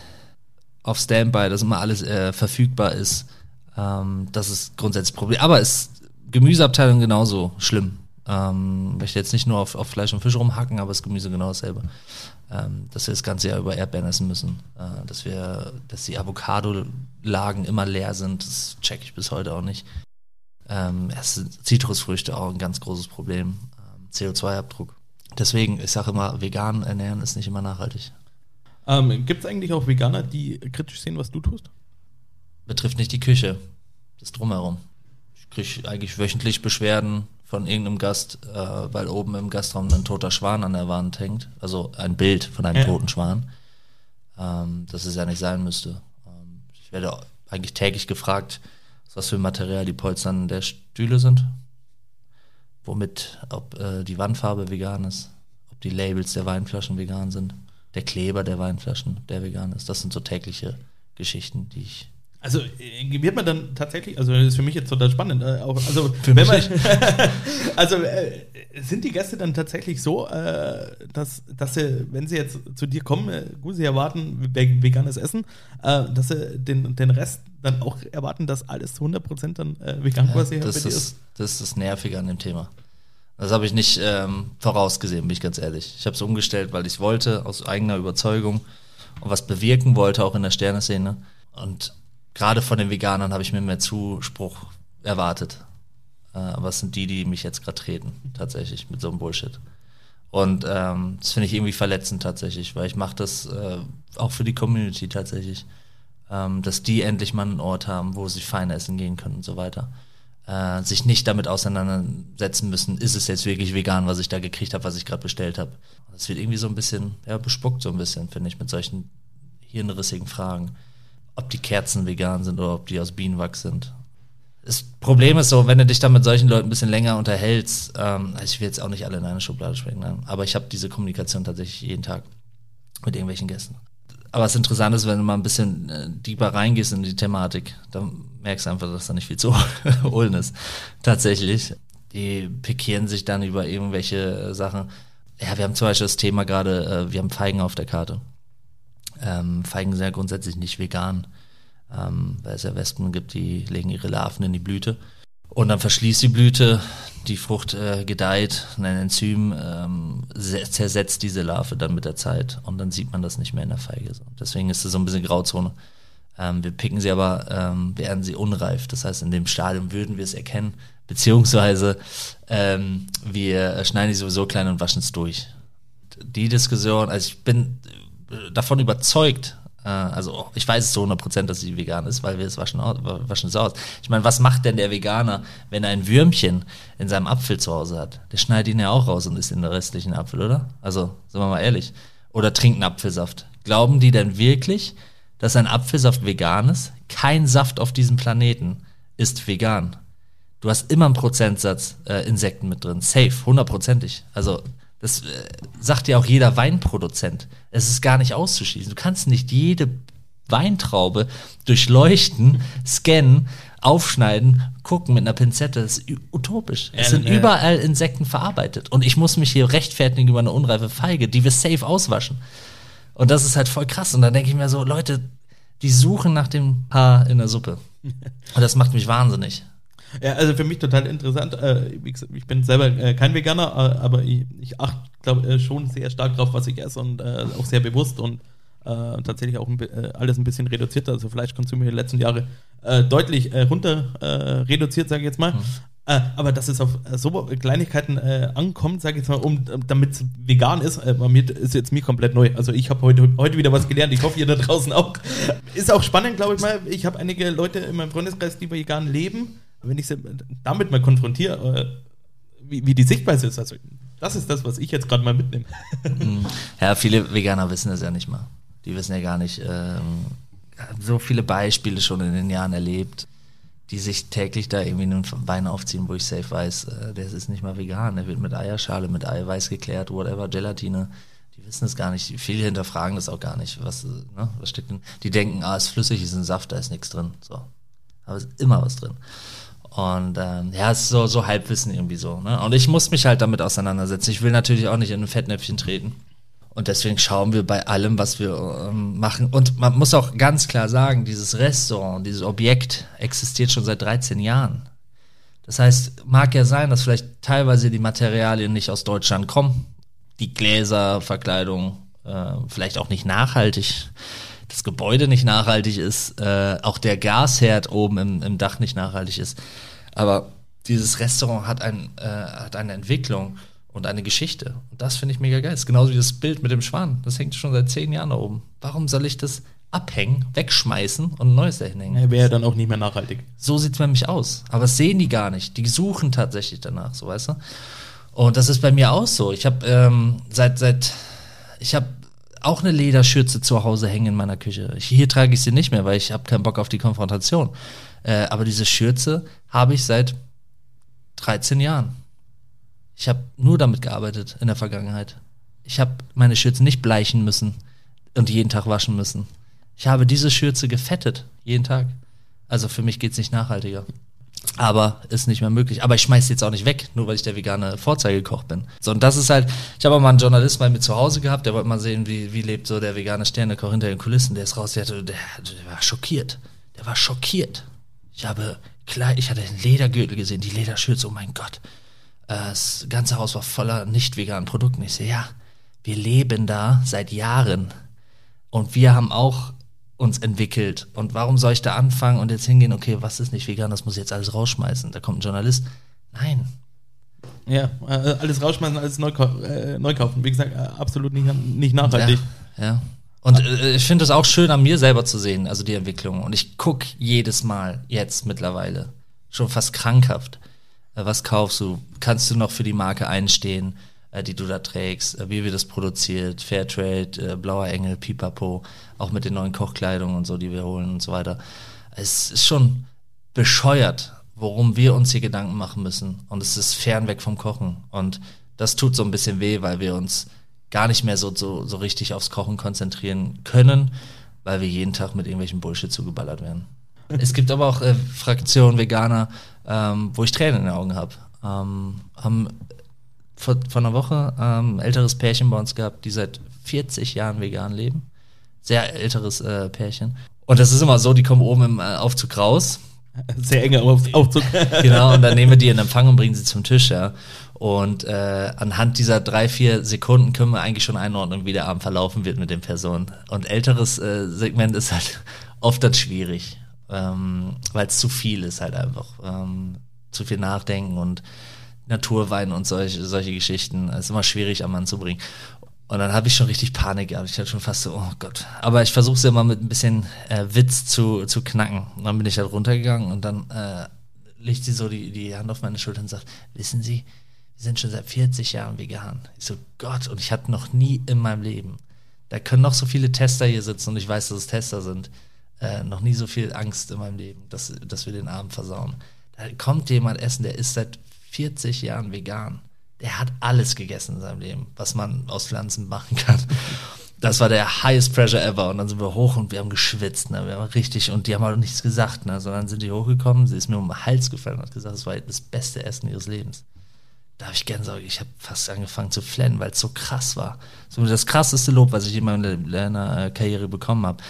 auf Standby, dass immer alles äh, verfügbar ist. Ähm, das ist grundsätzlich das Problem. Aber es Gemüseabteilung genauso schlimm. Ähm, möchte jetzt nicht nur auf, auf Fleisch und Fisch rumhacken, aber das Gemüse genau dasselbe. Ähm, dass wir das ganze Jahr über Erdbeeren essen müssen. Äh, dass wir, dass die Avocado-Lagen immer leer sind, das check ich bis heute auch nicht. Ähm, Zitrusfrüchte auch ein ganz großes Problem. Ähm, C O zwei Abdruck. Deswegen, ich sage immer, vegan ernähren ist nicht immer nachhaltig. Ähm, Gibt es eigentlich auch Veganer, die kritisch sehen, was du tust? Betrifft nicht die Küche, das Drumherum. Ich kriege eigentlich wöchentlich Beschwerden von irgendeinem Gast, äh, weil oben im Gastraum ein toter Schwan an der Wand hängt. Also ein Bild von einem ja. toten Schwan. Ähm, dass es ja nicht sein müsste. Ähm, ich werde eigentlich täglich gefragt, was für Material die Polstern der Stühle sind, womit, ob äh, die Wandfarbe vegan ist, ob die Labels der Weinflaschen vegan sind, der Kleber der Weinflaschen, der vegan ist. Das sind so tägliche Geschichten, die ich... Also äh, wird man dann tatsächlich, also das ist für mich jetzt total spannend, äh, auch, also für wenn mich man, also äh, sind die Gäste dann tatsächlich so, äh, dass, dass sie, wenn sie jetzt zu dir kommen, äh, gut, sie erwarten veganes Essen, äh, dass sie den, den Rest dann auch erwarten, dass alles zu hundert Prozent dann äh, vegan ja, quasi das bei dir ist, ist? Das ist das Nervige an dem Thema. Das habe ich nicht ähm, vorausgesehen, bin ich ganz ehrlich. Ich habe es umgestellt, weil ich wollte, aus eigener Überzeugung und was bewirken wollte, auch in der Sterneszene. Und gerade von den Veganern habe ich mir mehr Zuspruch erwartet. Äh, aber es sind die, die mich jetzt gerade treten, tatsächlich, mit so einem Bullshit. Und ähm, das finde ich irgendwie verletzend tatsächlich, weil ich mache das äh, auch für die Community tatsächlich, ähm, dass die endlich mal einen Ort haben, wo sie fein essen gehen können und so weiter. Äh, sich nicht damit auseinandersetzen müssen, ist es jetzt wirklich vegan, was ich da gekriegt habe, was ich gerade bestellt habe. Das wird irgendwie so ein bisschen, ja, bespuckt so ein bisschen, finde ich, mit solchen hirnrissigen Fragen. Ob die Kerzen vegan sind oder ob die aus Bienenwachs sind. Das Problem ist so, wenn du dich dann mit solchen Leuten ein bisschen länger unterhältst, ähm, also ich will jetzt auch nicht alle in eine Schublade stecken, ne? Aber ich habe diese Kommunikation tatsächlich jeden Tag mit irgendwelchen Gästen. Aber das Interessante ist, wenn du mal ein bisschen äh, deeper reingehst in die Thematik, dann merkst du einfach, dass da nicht viel zu holen ist. Tatsächlich. Die pikieren sich dann über irgendwelche äh, Sachen. Ja, wir haben zum Beispiel das Thema gerade, äh, wir haben Feigen auf der Karte. Ähm, Feigen sind ja grundsätzlich nicht vegan. Ähm, weil es ja Wespen gibt, die legen ihre Larven in die Blüte und dann verschließt die Blüte, die Frucht äh, gedeiht und ein Enzym ähm, zersetzt diese Larve dann mit der Zeit und dann sieht man das nicht mehr in der Feige. So. Deswegen ist es so ein bisschen Grauzone. Ähm, wir picken sie aber, ähm, werden sie unreif. Das heißt, in dem Stadium würden wir es erkennen, beziehungsweise ähm, wir schneiden die sowieso klein und waschen es durch. Die Diskussion, also ich bin davon überzeugt, also ich weiß es zu hundert Prozent, dass sie vegan ist, weil wir es waschen, waschen es aus. Ich meine, was macht denn der Veganer, wenn er ein Würmchen in seinem Apfel zu Hause hat? Der schneidet ihn ja auch raus und isst in den restlichen Apfel, oder? Also, sind wir mal ehrlich. Oder trinkt einen Apfelsaft. Glauben die denn wirklich, dass ein Apfelsaft vegan ist? Kein Saft auf diesem Planeten ist vegan. Du hast immer einen Prozentsatz äh, Insekten mit drin. Safe, hundertprozentig. Also das äh, sagt ja auch jeder Weinproduzent. Es ist gar nicht auszuschließen. Du kannst nicht jede Weintraube durchleuchten, scannen, aufschneiden, gucken mit einer Pinzette. Das ist utopisch. Es sind ja. überall Insekten verarbeitet. Und ich muss mich hier rechtfertigen über eine unreife Feige, die wir safe auswaschen. Und das ist halt voll krass. Und dann denke ich mir so, Leute, die suchen nach dem Haar in der Suppe. Und das macht mich wahnsinnig. Ja, also für mich total interessant. Äh, wie gesagt, ich bin selber äh, kein Veganer, äh, aber ich, ich achte, glaube äh, schon sehr stark drauf, was ich esse und äh, auch sehr bewusst und äh, tatsächlich auch ein, äh, alles ein bisschen reduziert. Also Fleischkonsum in den letzten Jahren äh, deutlich äh, runter äh, reduziert, sage ich jetzt mal. Mhm. Äh, aber dass es auf äh, so Kleinigkeiten äh, ankommt, sage ich jetzt mal, um, damit es vegan ist, äh, bei mir ist jetzt mir komplett neu. Also ich habe heute, heute wieder was gelernt. Ich hoffe, ihr da draußen auch. Ist auch spannend, glaube ich mal. Ich habe einige Leute in meinem Freundeskreis, die vegan leben. Wenn ich sie damit mal konfrontiere, wie, wie die Sichtweise ist, also das ist das, was ich jetzt gerade mal mitnehme. Ja, viele Veganer wissen das ja nicht mal. Die wissen ja gar nicht, ähm, so viele Beispiele schon in den Jahren erlebt, die sich täglich da irgendwie einen Bein aufziehen, wo ich safe weiß, äh, der ist nicht mal vegan, der wird mit Eierschale, mit Eiweiß geklärt, whatever, Gelatine. Die wissen es gar nicht, viele hinterfragen das auch gar nicht, was, ne, was steckt denn, die denken, ah, ist flüssig, ist ein Saft, da ist nichts drin, so. Aber es ist immer was drin. Und ähm, ja, es ist so, so Halbwissen irgendwie so. Ne? Und ich muss mich halt damit auseinandersetzen. Ich will natürlich auch nicht in ein Fettnäpfchen treten. Und deswegen schauen wir bei allem, was wir ähm, machen. Und man muss auch ganz klar sagen, dieses Restaurant, dieses Objekt existiert schon seit dreizehn Jahren. Das heißt, mag ja sein, dass vielleicht teilweise die Materialien nicht aus Deutschland kommen. Die Gläser, Verkleidung, äh, vielleicht auch nicht nachhaltig. Das Gebäude nicht nachhaltig ist, äh, auch der Gasherd oben im, im Dach nicht nachhaltig ist. Aber dieses Restaurant hat, ein, äh, hat eine Entwicklung und eine Geschichte. Und das finde ich mega geil. Das ist genauso wie das Bild mit dem Schwan. Das hängt schon seit zehn Jahren da oben. Warum soll ich das abhängen, wegschmeißen und ein neues da hinhängen? Ja, wäre ja dann auch nicht mehr nachhaltig. So sieht es nämlich aus. Aber das sehen die gar nicht. Die suchen tatsächlich danach, so weißt du. Und das ist bei mir auch so. Ich habe ähm, seit, seit, ich habe auch eine Lederschürze zu Hause hängen in meiner Küche. Hier trage ich sie nicht mehr, weil ich habe keinen Bock auf die Konfrontation. Äh, aber diese Schürze habe ich seit dreizehn Jahren. Ich habe nur damit gearbeitet in der Vergangenheit. Ich habe meine Schürze nicht bleichen müssen und jeden Tag waschen müssen. Ich habe diese Schürze gefettet, jeden Tag. Also für mich geht's nicht nachhaltiger. Aber ist nicht mehr möglich. Aber ich schmeiß jetzt auch nicht weg, nur weil ich der vegane Vorzeigekoch bin. So, und das ist halt, ich habe auch mal einen Journalist bei mir zu Hause gehabt, der wollte mal sehen, wie, wie lebt so der vegane Sternekoch hinter den Kulissen. Der ist raus, der, hatte, der, der war schockiert. Der war schockiert. Ich habe, klar, ich hatte den Ledergürtel gesehen, die Lederschürze, oh mein Gott. Das ganze Haus war voller nicht veganen Produkten. Ich sehe, ja, wir leben da seit Jahren. Und wir haben auch uns entwickelt. Und warum soll ich da anfangen und jetzt hingehen, okay, was ist nicht vegan, das muss ich jetzt alles rausschmeißen. Da kommt ein Journalist. Nein. Ja, äh, alles rausschmeißen, alles neu, äh, neu kaufen. Wie gesagt, äh, absolut nicht, nicht nachhaltig. Ja, ja. Und äh, ich finde es auch schön, an mir selber zu sehen, also die Entwicklung. Und ich gucke jedes Mal jetzt mittlerweile, schon fast krankhaft, äh, was kaufst du? Kannst du noch für die Marke einstehen, äh, die du da trägst? Äh, wie wird das produziert? Fairtrade, äh, Blauer Engel, Pipapo, auch mit den neuen Kochkleidungen und so, die wir holen und so weiter. Es ist schon bescheuert, worum wir uns hier Gedanken machen müssen. Und es ist fernweg vom Kochen. Und das tut so ein bisschen weh, weil wir uns gar nicht mehr so, so, so richtig aufs Kochen konzentrieren können, weil wir jeden Tag mit irgendwelchen Bullshit zugeballert werden. Es gibt aber auch äh, Fraktionen Veganer, ähm, wo ich Tränen in den Augen habe. Ähm, haben vor, vor einer Woche ähm, ein älteres Pärchen bei uns gehabt, die seit vierzig Jahren vegan leben. Sehr älteres äh, Pärchen. Und das ist immer so, die kommen oben im äh, Aufzug raus. Sehr enger Aufzug. Genau, und dann nehmen wir die in Empfang und bringen sie zum Tisch, ja. Und äh, anhand dieser drei, vier Sekunden können wir eigentlich schon einordnen, wie der Abend verlaufen wird mit den Personen. Und älteres äh, Segment ist halt oft das schwierig, ähm, weil es zu viel ist halt einfach. Ähm, zu viel nachdenken und Naturwein und solche, solche Geschichten. Es ist immer schwierig am Mann zu bringen. Und dann habe ich schon richtig Panik gehabt. Ich hatte schon fast so, oh Gott. Aber ich versuche es ja immer mit ein bisschen äh, Witz zu, zu knacken. Und dann bin ich halt runtergegangen und dann äh, legt sie so die, die Hand auf meine Schulter und sagt, wissen Sie, wir sind schon seit vierzig Jahren vegan. Ich so, Gott, und ich hatte noch nie in meinem Leben, da können noch so viele Tester hier sitzen und ich weiß, dass es Tester sind, äh, noch nie so viel Angst in meinem Leben, dass, dass wir den Abend versauen. Da kommt jemand essen, der ist seit vierzig Jahren vegan. Der hat alles gegessen in seinem Leben, was man aus Pflanzen machen kann. Das war der highest pressure ever. Und dann sind wir hoch und wir haben geschwitzt. Ne? Wir haben richtig, und die haben halt nichts gesagt. Ne? Sondern sind die hochgekommen, sie ist mir um den Hals gefallen und hat gesagt, das war das beste Essen ihres Lebens. Da habe ich Gänsehaut. Ich habe fast angefangen zu flennen, weil es so krass war. So das krasseste Lob, was ich in meiner Karriere bekommen habe.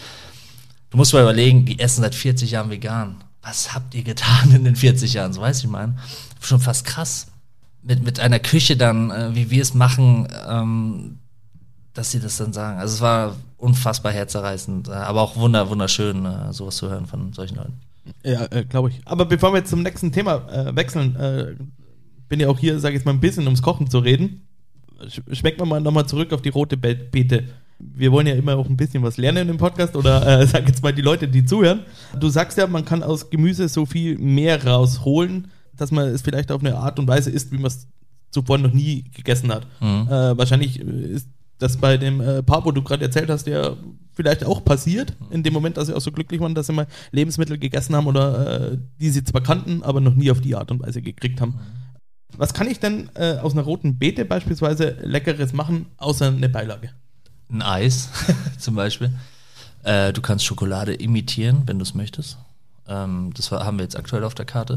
Du musst mal überlegen, die essen seit vierzig Jahren vegan. Was habt ihr getan in den vierzig Jahren? So weiß ich mein. Schon fast krass. Mit, mit einer Küche dann, äh, wie wir es machen, ähm, dass sie das dann sagen. Also es war unfassbar herzerreißend, äh, aber auch wunder, wunderschön, äh, sowas zu hören von solchen Leuten. Ja, äh, glaube ich. Aber bevor wir jetzt zum nächsten Thema äh, wechseln, äh, bin ja auch hier, sage ich jetzt mal, ein bisschen ums Kochen zu reden. Sch- schmecken wir mal nochmal zurück auf die rote Be- Beete. Wir wollen ja immer auch ein bisschen was lernen im Podcast oder äh, sag jetzt mal die Leute, die zuhören. Du sagst ja, man kann aus Gemüse so viel mehr rausholen, dass man es vielleicht auf eine Art und Weise isst, wie man es zuvor noch nie gegessen hat. Mhm. Äh, wahrscheinlich ist das bei dem äh, Paar, wo du gerade erzählt hast, ja vielleicht auch passiert, in dem Moment, dass sie auch so glücklich waren, dass sie mal Lebensmittel gegessen haben oder äh, die sie zwar kannten, aber noch nie auf die Art und Weise gekriegt haben. Mhm. Was kann ich denn äh, aus einer roten Beete beispielsweise Leckeres machen, außer eine Beilage? Ein Eis zum Beispiel. Äh, du kannst Schokolade imitieren, wenn du es möchtest. Ähm, das war, haben wir jetzt aktuell auf der Karte.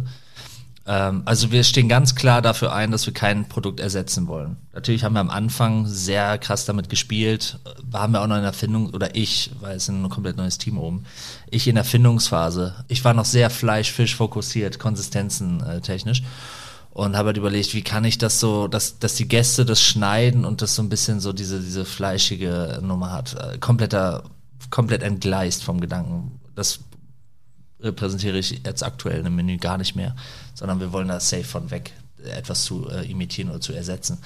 Also wir stehen ganz klar dafür ein, dass wir kein Produkt ersetzen wollen. Natürlich haben wir am Anfang sehr krass damit gespielt, waren wir auch noch in der Erfindung, oder ich, weil es ist ein komplett neues Team oben, ich in der Erfindungsphase. Ich war noch sehr Fleisch-Fisch fokussiert, konsistenzen äh, technisch, und habe halt überlegt, wie kann ich das so, dass, dass die Gäste das schneiden und das so ein bisschen so diese, diese fleischige Nummer hat. Äh, kompletter, komplett entgleist vom Gedanken. Das repräsentiere ich jetzt aktuell im Menü gar nicht mehr, sondern wir wollen da safe von weg etwas zu äh, imitieren oder zu ersetzen.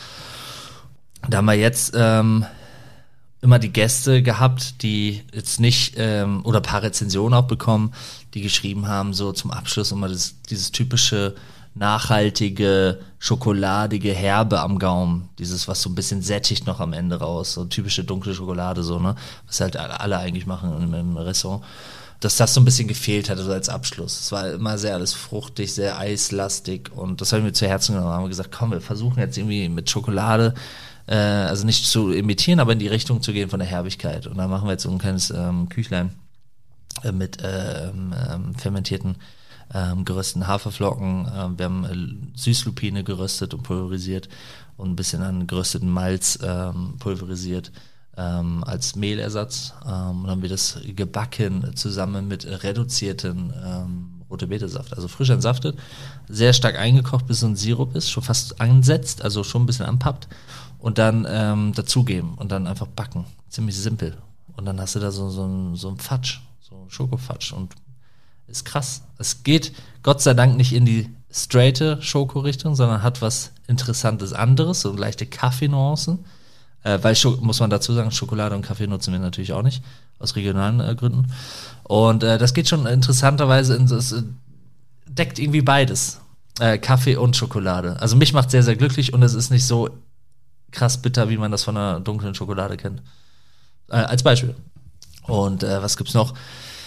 Da haben wir jetzt ähm, immer die Gäste gehabt, die jetzt nicht, ähm, oder ein paar Rezensionen auch bekommen, die geschrieben haben, so zum Abschluss immer das, dieses typische nachhaltige, schokoladige Herbe am Gaumen, dieses, was so ein bisschen sättigt noch am Ende raus, so typische dunkle Schokolade, so, ne, was halt alle eigentlich machen im, im Restaurant. Dass das so ein bisschen gefehlt hatte, so als Abschluss. Es war immer sehr alles fruchtig, sehr eislastig, und das habe ich mir zu Herzen genommen. Da haben wir gesagt, komm, wir versuchen jetzt irgendwie mit Schokolade, äh, also nicht zu imitieren, aber in die Richtung zu gehen von der Herbigkeit. Und da machen wir jetzt so ein kleines ähm, Küchlein äh, mit äh, ähm, fermentierten ähm, gerösteten Haferflocken. Äh, wir haben äh, Süßlupine geröstet und pulverisiert und ein bisschen an gerösteten Malz ähm, pulverisiert. Ähm, als Mehlersatz, ähm, und haben wir das gebacken zusammen mit reduzierten ähm, rote Beete-Saft, also frisch entsaftet, sehr stark eingekocht, bis so ein Sirup ist, schon fast ansetzt, also schon ein bisschen anpappt, und dann ähm, dazugeben und dann einfach backen. Ziemlich simpel. Und dann hast du da so, so ein, so ein Fatsch, so Schokofatsch und ist krass. Es geht Gott sei Dank nicht in die straighte Schoko-Richtung, sondern hat was Interessantes anderes, so leichte Kaffee-Nuancen. Äh, weil, Scho- muss man dazu sagen, Schokolade und Kaffee nutzen wir natürlich auch nicht, aus regionalen äh, Gründen. Und äh, das geht schon interessanterweise, in, das äh, deckt irgendwie beides. Äh, Kaffee und Schokolade. Also mich macht sehr, sehr glücklich und es ist nicht so krass bitter, wie man das von einer dunklen Schokolade kennt. Äh, als Beispiel. Und äh, was gibt's noch?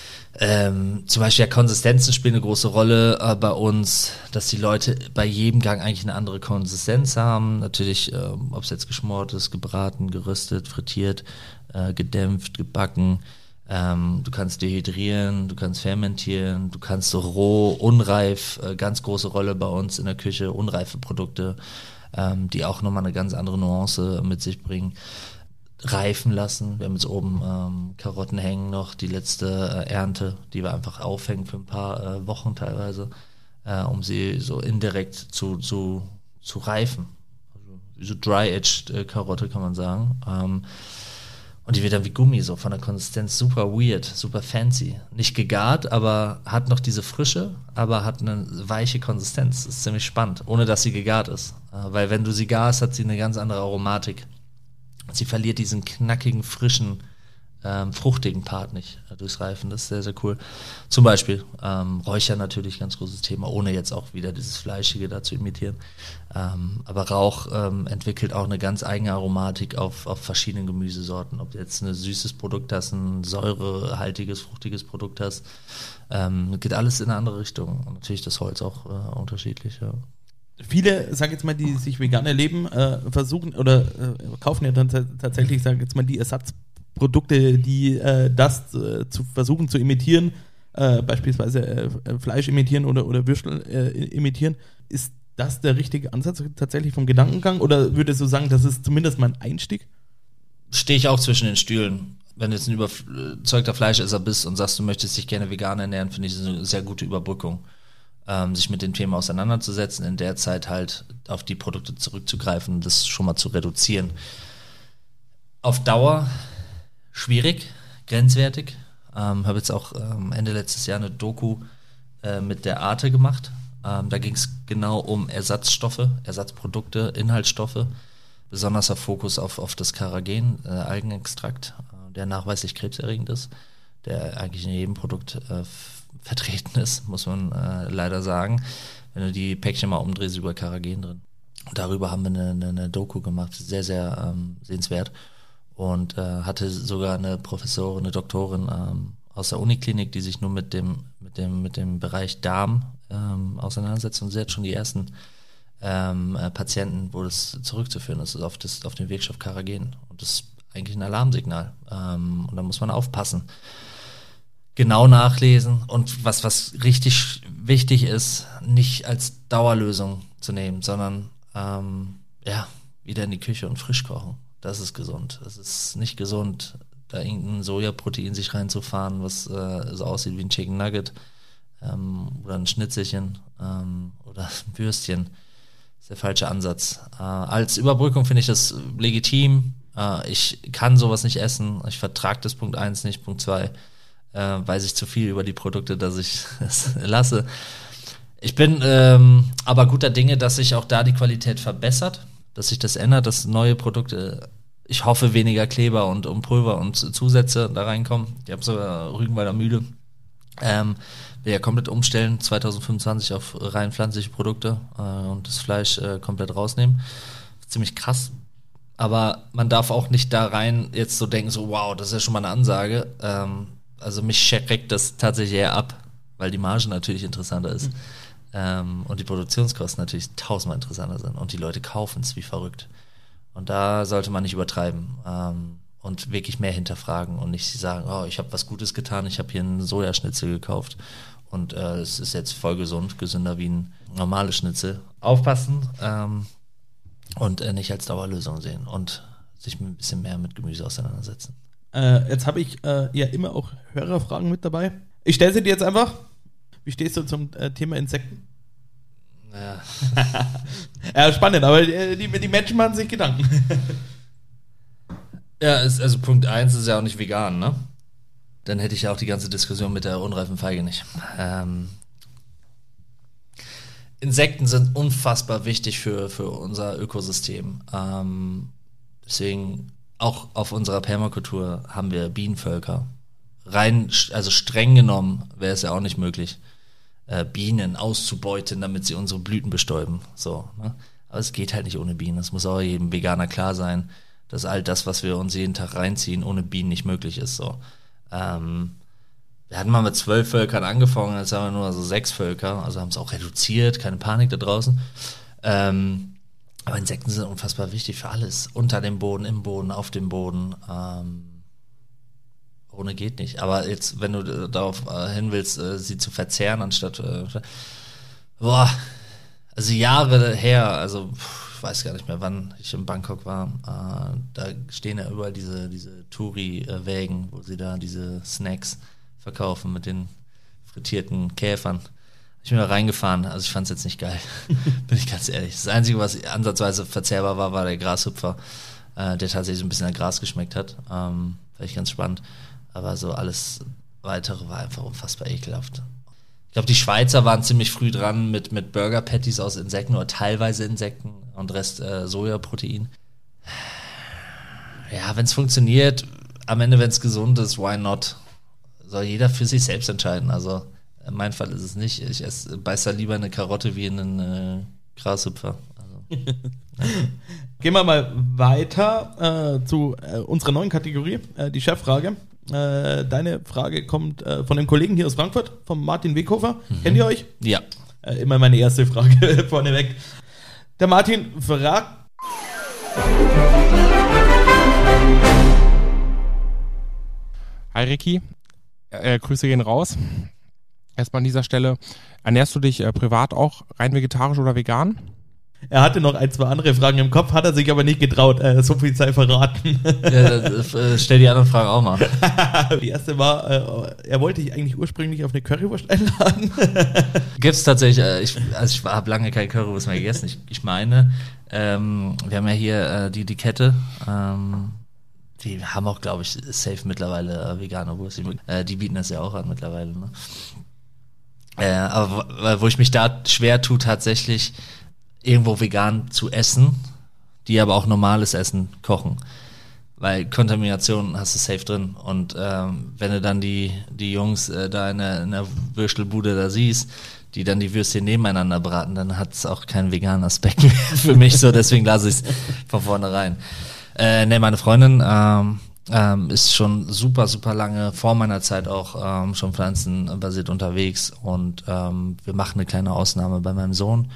Ähm, zum Beispiel ja, Konsistenzen spielen eine große Rolle äh, bei uns, dass die Leute bei jedem Gang eigentlich eine andere Konsistenz haben. Natürlich, ähm, ob es jetzt geschmort ist, gebraten, geröstet, frittiert, äh, gedämpft, gebacken. Ähm, du kannst dehydrieren, du kannst fermentieren, du kannst so roh, unreif, äh, ganz große Rolle bei uns in der Küche, unreife Produkte, ähm, die auch nochmal eine ganz andere Nuance mit sich bringen. Reifen lassen. Wir haben jetzt oben ähm, Karotten hängen noch, die letzte äh, Ernte, die wir einfach aufhängen für ein paar äh, Wochen teilweise, äh, um sie so indirekt zu, zu, zu reifen. Also so dry-aged äh, Karotte kann man sagen. Ähm, und die wird dann wie Gummi, so von der Konsistenz super weird, super fancy. Nicht gegart, aber hat noch diese Frische, aber hat eine weiche Konsistenz. Das ist ziemlich spannend, ohne dass sie gegart ist. Äh, weil wenn du sie garst, hat sie eine ganz andere Aromatik. Sie verliert diesen knackigen, frischen, ähm, fruchtigen Part nicht äh, durchs Reifen. Das ist sehr, sehr cool. Zum Beispiel ähm, Räucher natürlich, ganz großes Thema, ohne jetzt auch wieder dieses Fleischige da zu imitieren. Ähm, aber Rauch ähm, entwickelt auch eine ganz eigene Aromatik auf, auf verschiedenen Gemüsesorten. Ob du jetzt ein süßes Produkt hast, ein säurehaltiges, fruchtiges Produkt hast, ähm, geht alles in eine andere Richtung. Und natürlich das Holz auch äh, unterschiedlich, ja. Viele, sag jetzt mal, die sich vegan erleben, äh, versuchen oder äh, kaufen ja dann t- tatsächlich, sag jetzt mal, die Ersatzprodukte, die äh, das äh, zu versuchen zu imitieren, äh, beispielsweise äh, Fleisch imitieren oder, oder Würstel äh, imitieren. Ist das der richtige Ansatz tatsächlich vom Gedankengang oder würdest du sagen, das ist zumindest mal ein Einstieg? Stehe ich auch zwischen den Stühlen. Wenn du jetzt ein überzeugter Fleischesser bist und sagst, du möchtest dich gerne vegan ernähren, finde ich das eine sehr gute Überbrückung. Ähm, sich mit dem Thema auseinanderzusetzen, in der Zeit halt auf die Produkte zurückzugreifen, das schon mal zu reduzieren. Auf Dauer schwierig, grenzwertig. Ähm, habe jetzt auch ähm, Ende letztes Jahr eine Doku äh, mit der Arte gemacht. Ähm, da ging es genau um Ersatzstoffe, Ersatzprodukte, Inhaltsstoffe. Besonderer Fokus auf, auf das Carrageen, äh, Algenextrakt, äh, der nachweislich krebserregend ist, der eigentlich in jedem Produkt äh, vertreten ist, muss man äh, leider sagen. Wenn du die Päckchen mal umdrehst, über Carrageen drin. Und darüber haben wir eine, eine, eine Doku gemacht, sehr, sehr ähm, sehenswert. Und äh, hatte sogar eine Professorin, eine Doktorin ähm, aus der Uniklinik, die sich nur mit dem, mit dem, mit dem Bereich Darm ähm, auseinandersetzt. Und sie hat schon die ersten ähm, äh, Patienten, wo das zurückzuführen ist, auf, das, auf den Wirkstoff Carrageen. Und das ist eigentlich ein Alarmsignal. Ähm, und da muss man aufpassen. Genau nachlesen und was, was richtig wichtig ist, nicht als Dauerlösung zu nehmen, sondern ähm, ja, wieder in die Küche und frisch kochen. Das ist gesund. Es ist nicht gesund, da irgendein Sojaprotein sich reinzufahren, was äh, so aussieht wie ein Chicken Nugget ähm, oder ein Schnitzelchen ähm, oder ein Würstchen. Das ist der falsche Ansatz. Äh, als Überbrückung finde ich das legitim. Äh, ich kann sowas nicht essen. Ich vertrage das Punkt eins nicht. Punkt zwei Äh, weiß ich zu viel über die Produkte, dass ich es lasse. Ich bin ähm, aber guter Dinge, dass sich auch da die Qualität verbessert, dass sich das ändert, dass neue Produkte, ich hoffe, weniger Kleber und, und Pulver und Zusätze da reinkommen. Ich habe sogar Rügenwalder Mühle. Ähm, will ja komplett umstellen, zwanzig fünfundzwanzig auf rein pflanzliche Produkte äh, und das Fleisch äh, komplett rausnehmen. Ziemlich krass. Aber man darf auch nicht da rein jetzt so denken, so wow, das ist ja schon mal eine Ansage. Ähm, Also mich schreckt das tatsächlich eher ab, weil die Marge natürlich interessanter ist mhm. ähm, und die Produktionskosten natürlich tausendmal interessanter sind und die Leute kaufen es wie verrückt. Und da sollte man nicht übertreiben ähm, und wirklich mehr hinterfragen und nicht sagen, oh, ich habe was Gutes getan, ich habe hier einen Sojaschnitzel gekauft und äh, es ist jetzt voll gesund, gesünder wie ein normales Schnitzel. Aufpassen ähm, und äh, nicht als Dauerlösung sehen und sich ein bisschen mehr mit Gemüse auseinandersetzen. Äh, jetzt habe ich äh, ja immer auch Hörerfragen mit dabei. Ich stelle sie dir jetzt einfach. Wie stehst du zum äh, Thema Insekten? Ja. Ja, spannend, aber die, die, die Menschen machen sich Gedanken. Ja, ist, also Punkt eins ist ja auch nicht vegan, ne? Dann hätte ich ja auch die ganze Diskussion mit der unreifen Feige nicht. Ähm, Insekten sind unfassbar wichtig für, für unser Ökosystem. Ähm, deswegen auch auf unserer Permakultur haben wir Bienenvölker. Rein, also streng genommen wäre es ja auch nicht möglich, äh, Bienen auszubeuten, damit sie unsere Blüten bestäuben. So, ne? Aber es geht halt nicht ohne Bienen. Es muss auch jedem Veganer klar sein, dass all das, was wir uns jeden Tag reinziehen, ohne Bienen nicht möglich ist. So. Ähm, wir hatten mal mit zwölf Völkern angefangen, jetzt haben wir nur so sechs Völker, also haben es auch reduziert, keine Panik da draußen. Ähm, aber Insekten sind unfassbar wichtig für alles. Unter dem Boden, im Boden, auf dem Boden. Ähm, ohne geht nicht. Aber jetzt, wenn du darauf äh, hin willst, äh, sie zu verzehren, anstatt äh, boah, also Jahre her, also pff, ich weiß gar nicht mehr, wann ich in Bangkok war, äh, da stehen ja überall diese, diese Touri-Wägen, wo sie da diese Snacks verkaufen mit den frittierten Käfern. Ich bin da reingefahren, also ich fand es jetzt nicht geil, bin ich ganz ehrlich. Das Einzige, was ansatzweise verzehrbar war, war der Grashüpfer, äh, der tatsächlich so ein bisschen nach Gras geschmeckt hat. Ähm, fand ich ganz spannend. Aber so alles Weitere war einfach unfassbar ekelhaft. Ich glaube, die Schweizer waren ziemlich früh dran mit, mit Burger-Patties aus Insekten oder teilweise Insekten und Rest äh, Sojaprotein. Ja, wenn es funktioniert, am Ende, wenn es gesund ist, why not? Soll jeder für sich selbst entscheiden. Also in meinem Fall ist es nicht. Ich esse, beiß da lieber eine Karotte wie einen äh, Grashüpfer. Also, ja. Gehen wir mal weiter äh, zu äh, unserer neuen Kategorie, äh, die Cheffrage. Äh, deine Frage kommt äh, von einem Kollegen hier aus Frankfurt, von Martin Weghofer. Mhm. Kennt ihr euch? Ja. Äh, immer meine erste Frage vorneweg. Der Martin fragt: Hi Ricky, äh, Grüße gehen raus. Erstmal an dieser Stelle, ernährst du dich äh, privat auch rein vegetarisch oder vegan? Er hatte noch ein, zwei andere Fragen im Kopf, hat er sich aber nicht getraut. Äh, so viel sei verraten. Ja, äh, stell die anderen Fragen auch mal. Die erste war, äh, er wollte dich eigentlich ursprünglich auf eine Currywurst einladen. Gibt's tatsächlich, äh, ich, also ich habe lange keine Currywurst mehr gegessen. Ich, ich meine, ähm, wir haben ja hier äh, die, die Kette, ähm, die haben auch, glaube ich, safe mittlerweile äh, vegane Wurst. Äh, die bieten das ja auch an mittlerweile. Ne? Äh, aber wo ich mich da schwer tue, tatsächlich irgendwo vegan zu essen, die aber auch normales Essen kochen. Weil Kontamination hast du safe drin. Und ähm, wenn du dann die, die Jungs äh, da in der, in der Würstelbude da siehst, die dann die Würstchen nebeneinander braten, dann hat es auch keinen veganen Aspekt mehr für mich so, deswegen lasse ich es von vornherein. Äh, ne, meine Freundin ähm, ähm, ist schon super, super lange vor meiner Zeit auch ähm, schon pflanzenbasiert unterwegs und ähm, wir machen eine kleine Ausnahme bei meinem Sohn,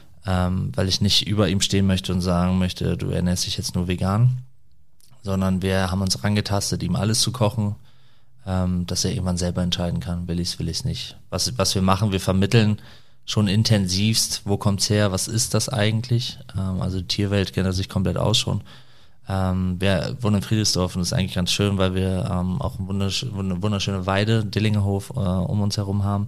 ähm, weil ich nicht über ihm stehen möchte und sagen möchte, du ernährst dich jetzt nur vegan, sondern wir haben uns rangetastet, ihm alles zu kochen, ähm, dass er irgendwann selber entscheiden kann, will ich's, will ich's nicht. Was, was wir machen, wir vermitteln schon intensivst, wo kommt's her, was ist das eigentlich? Ähm, also die Tierwelt kennt er sich komplett aus schon. Ähm, wir wohnen in Friedrichsdorf und das ist eigentlich ganz schön, weil wir ähm, auch eine wundersch- wunderschöne Weide, Dillingerhof, äh, um uns herum haben,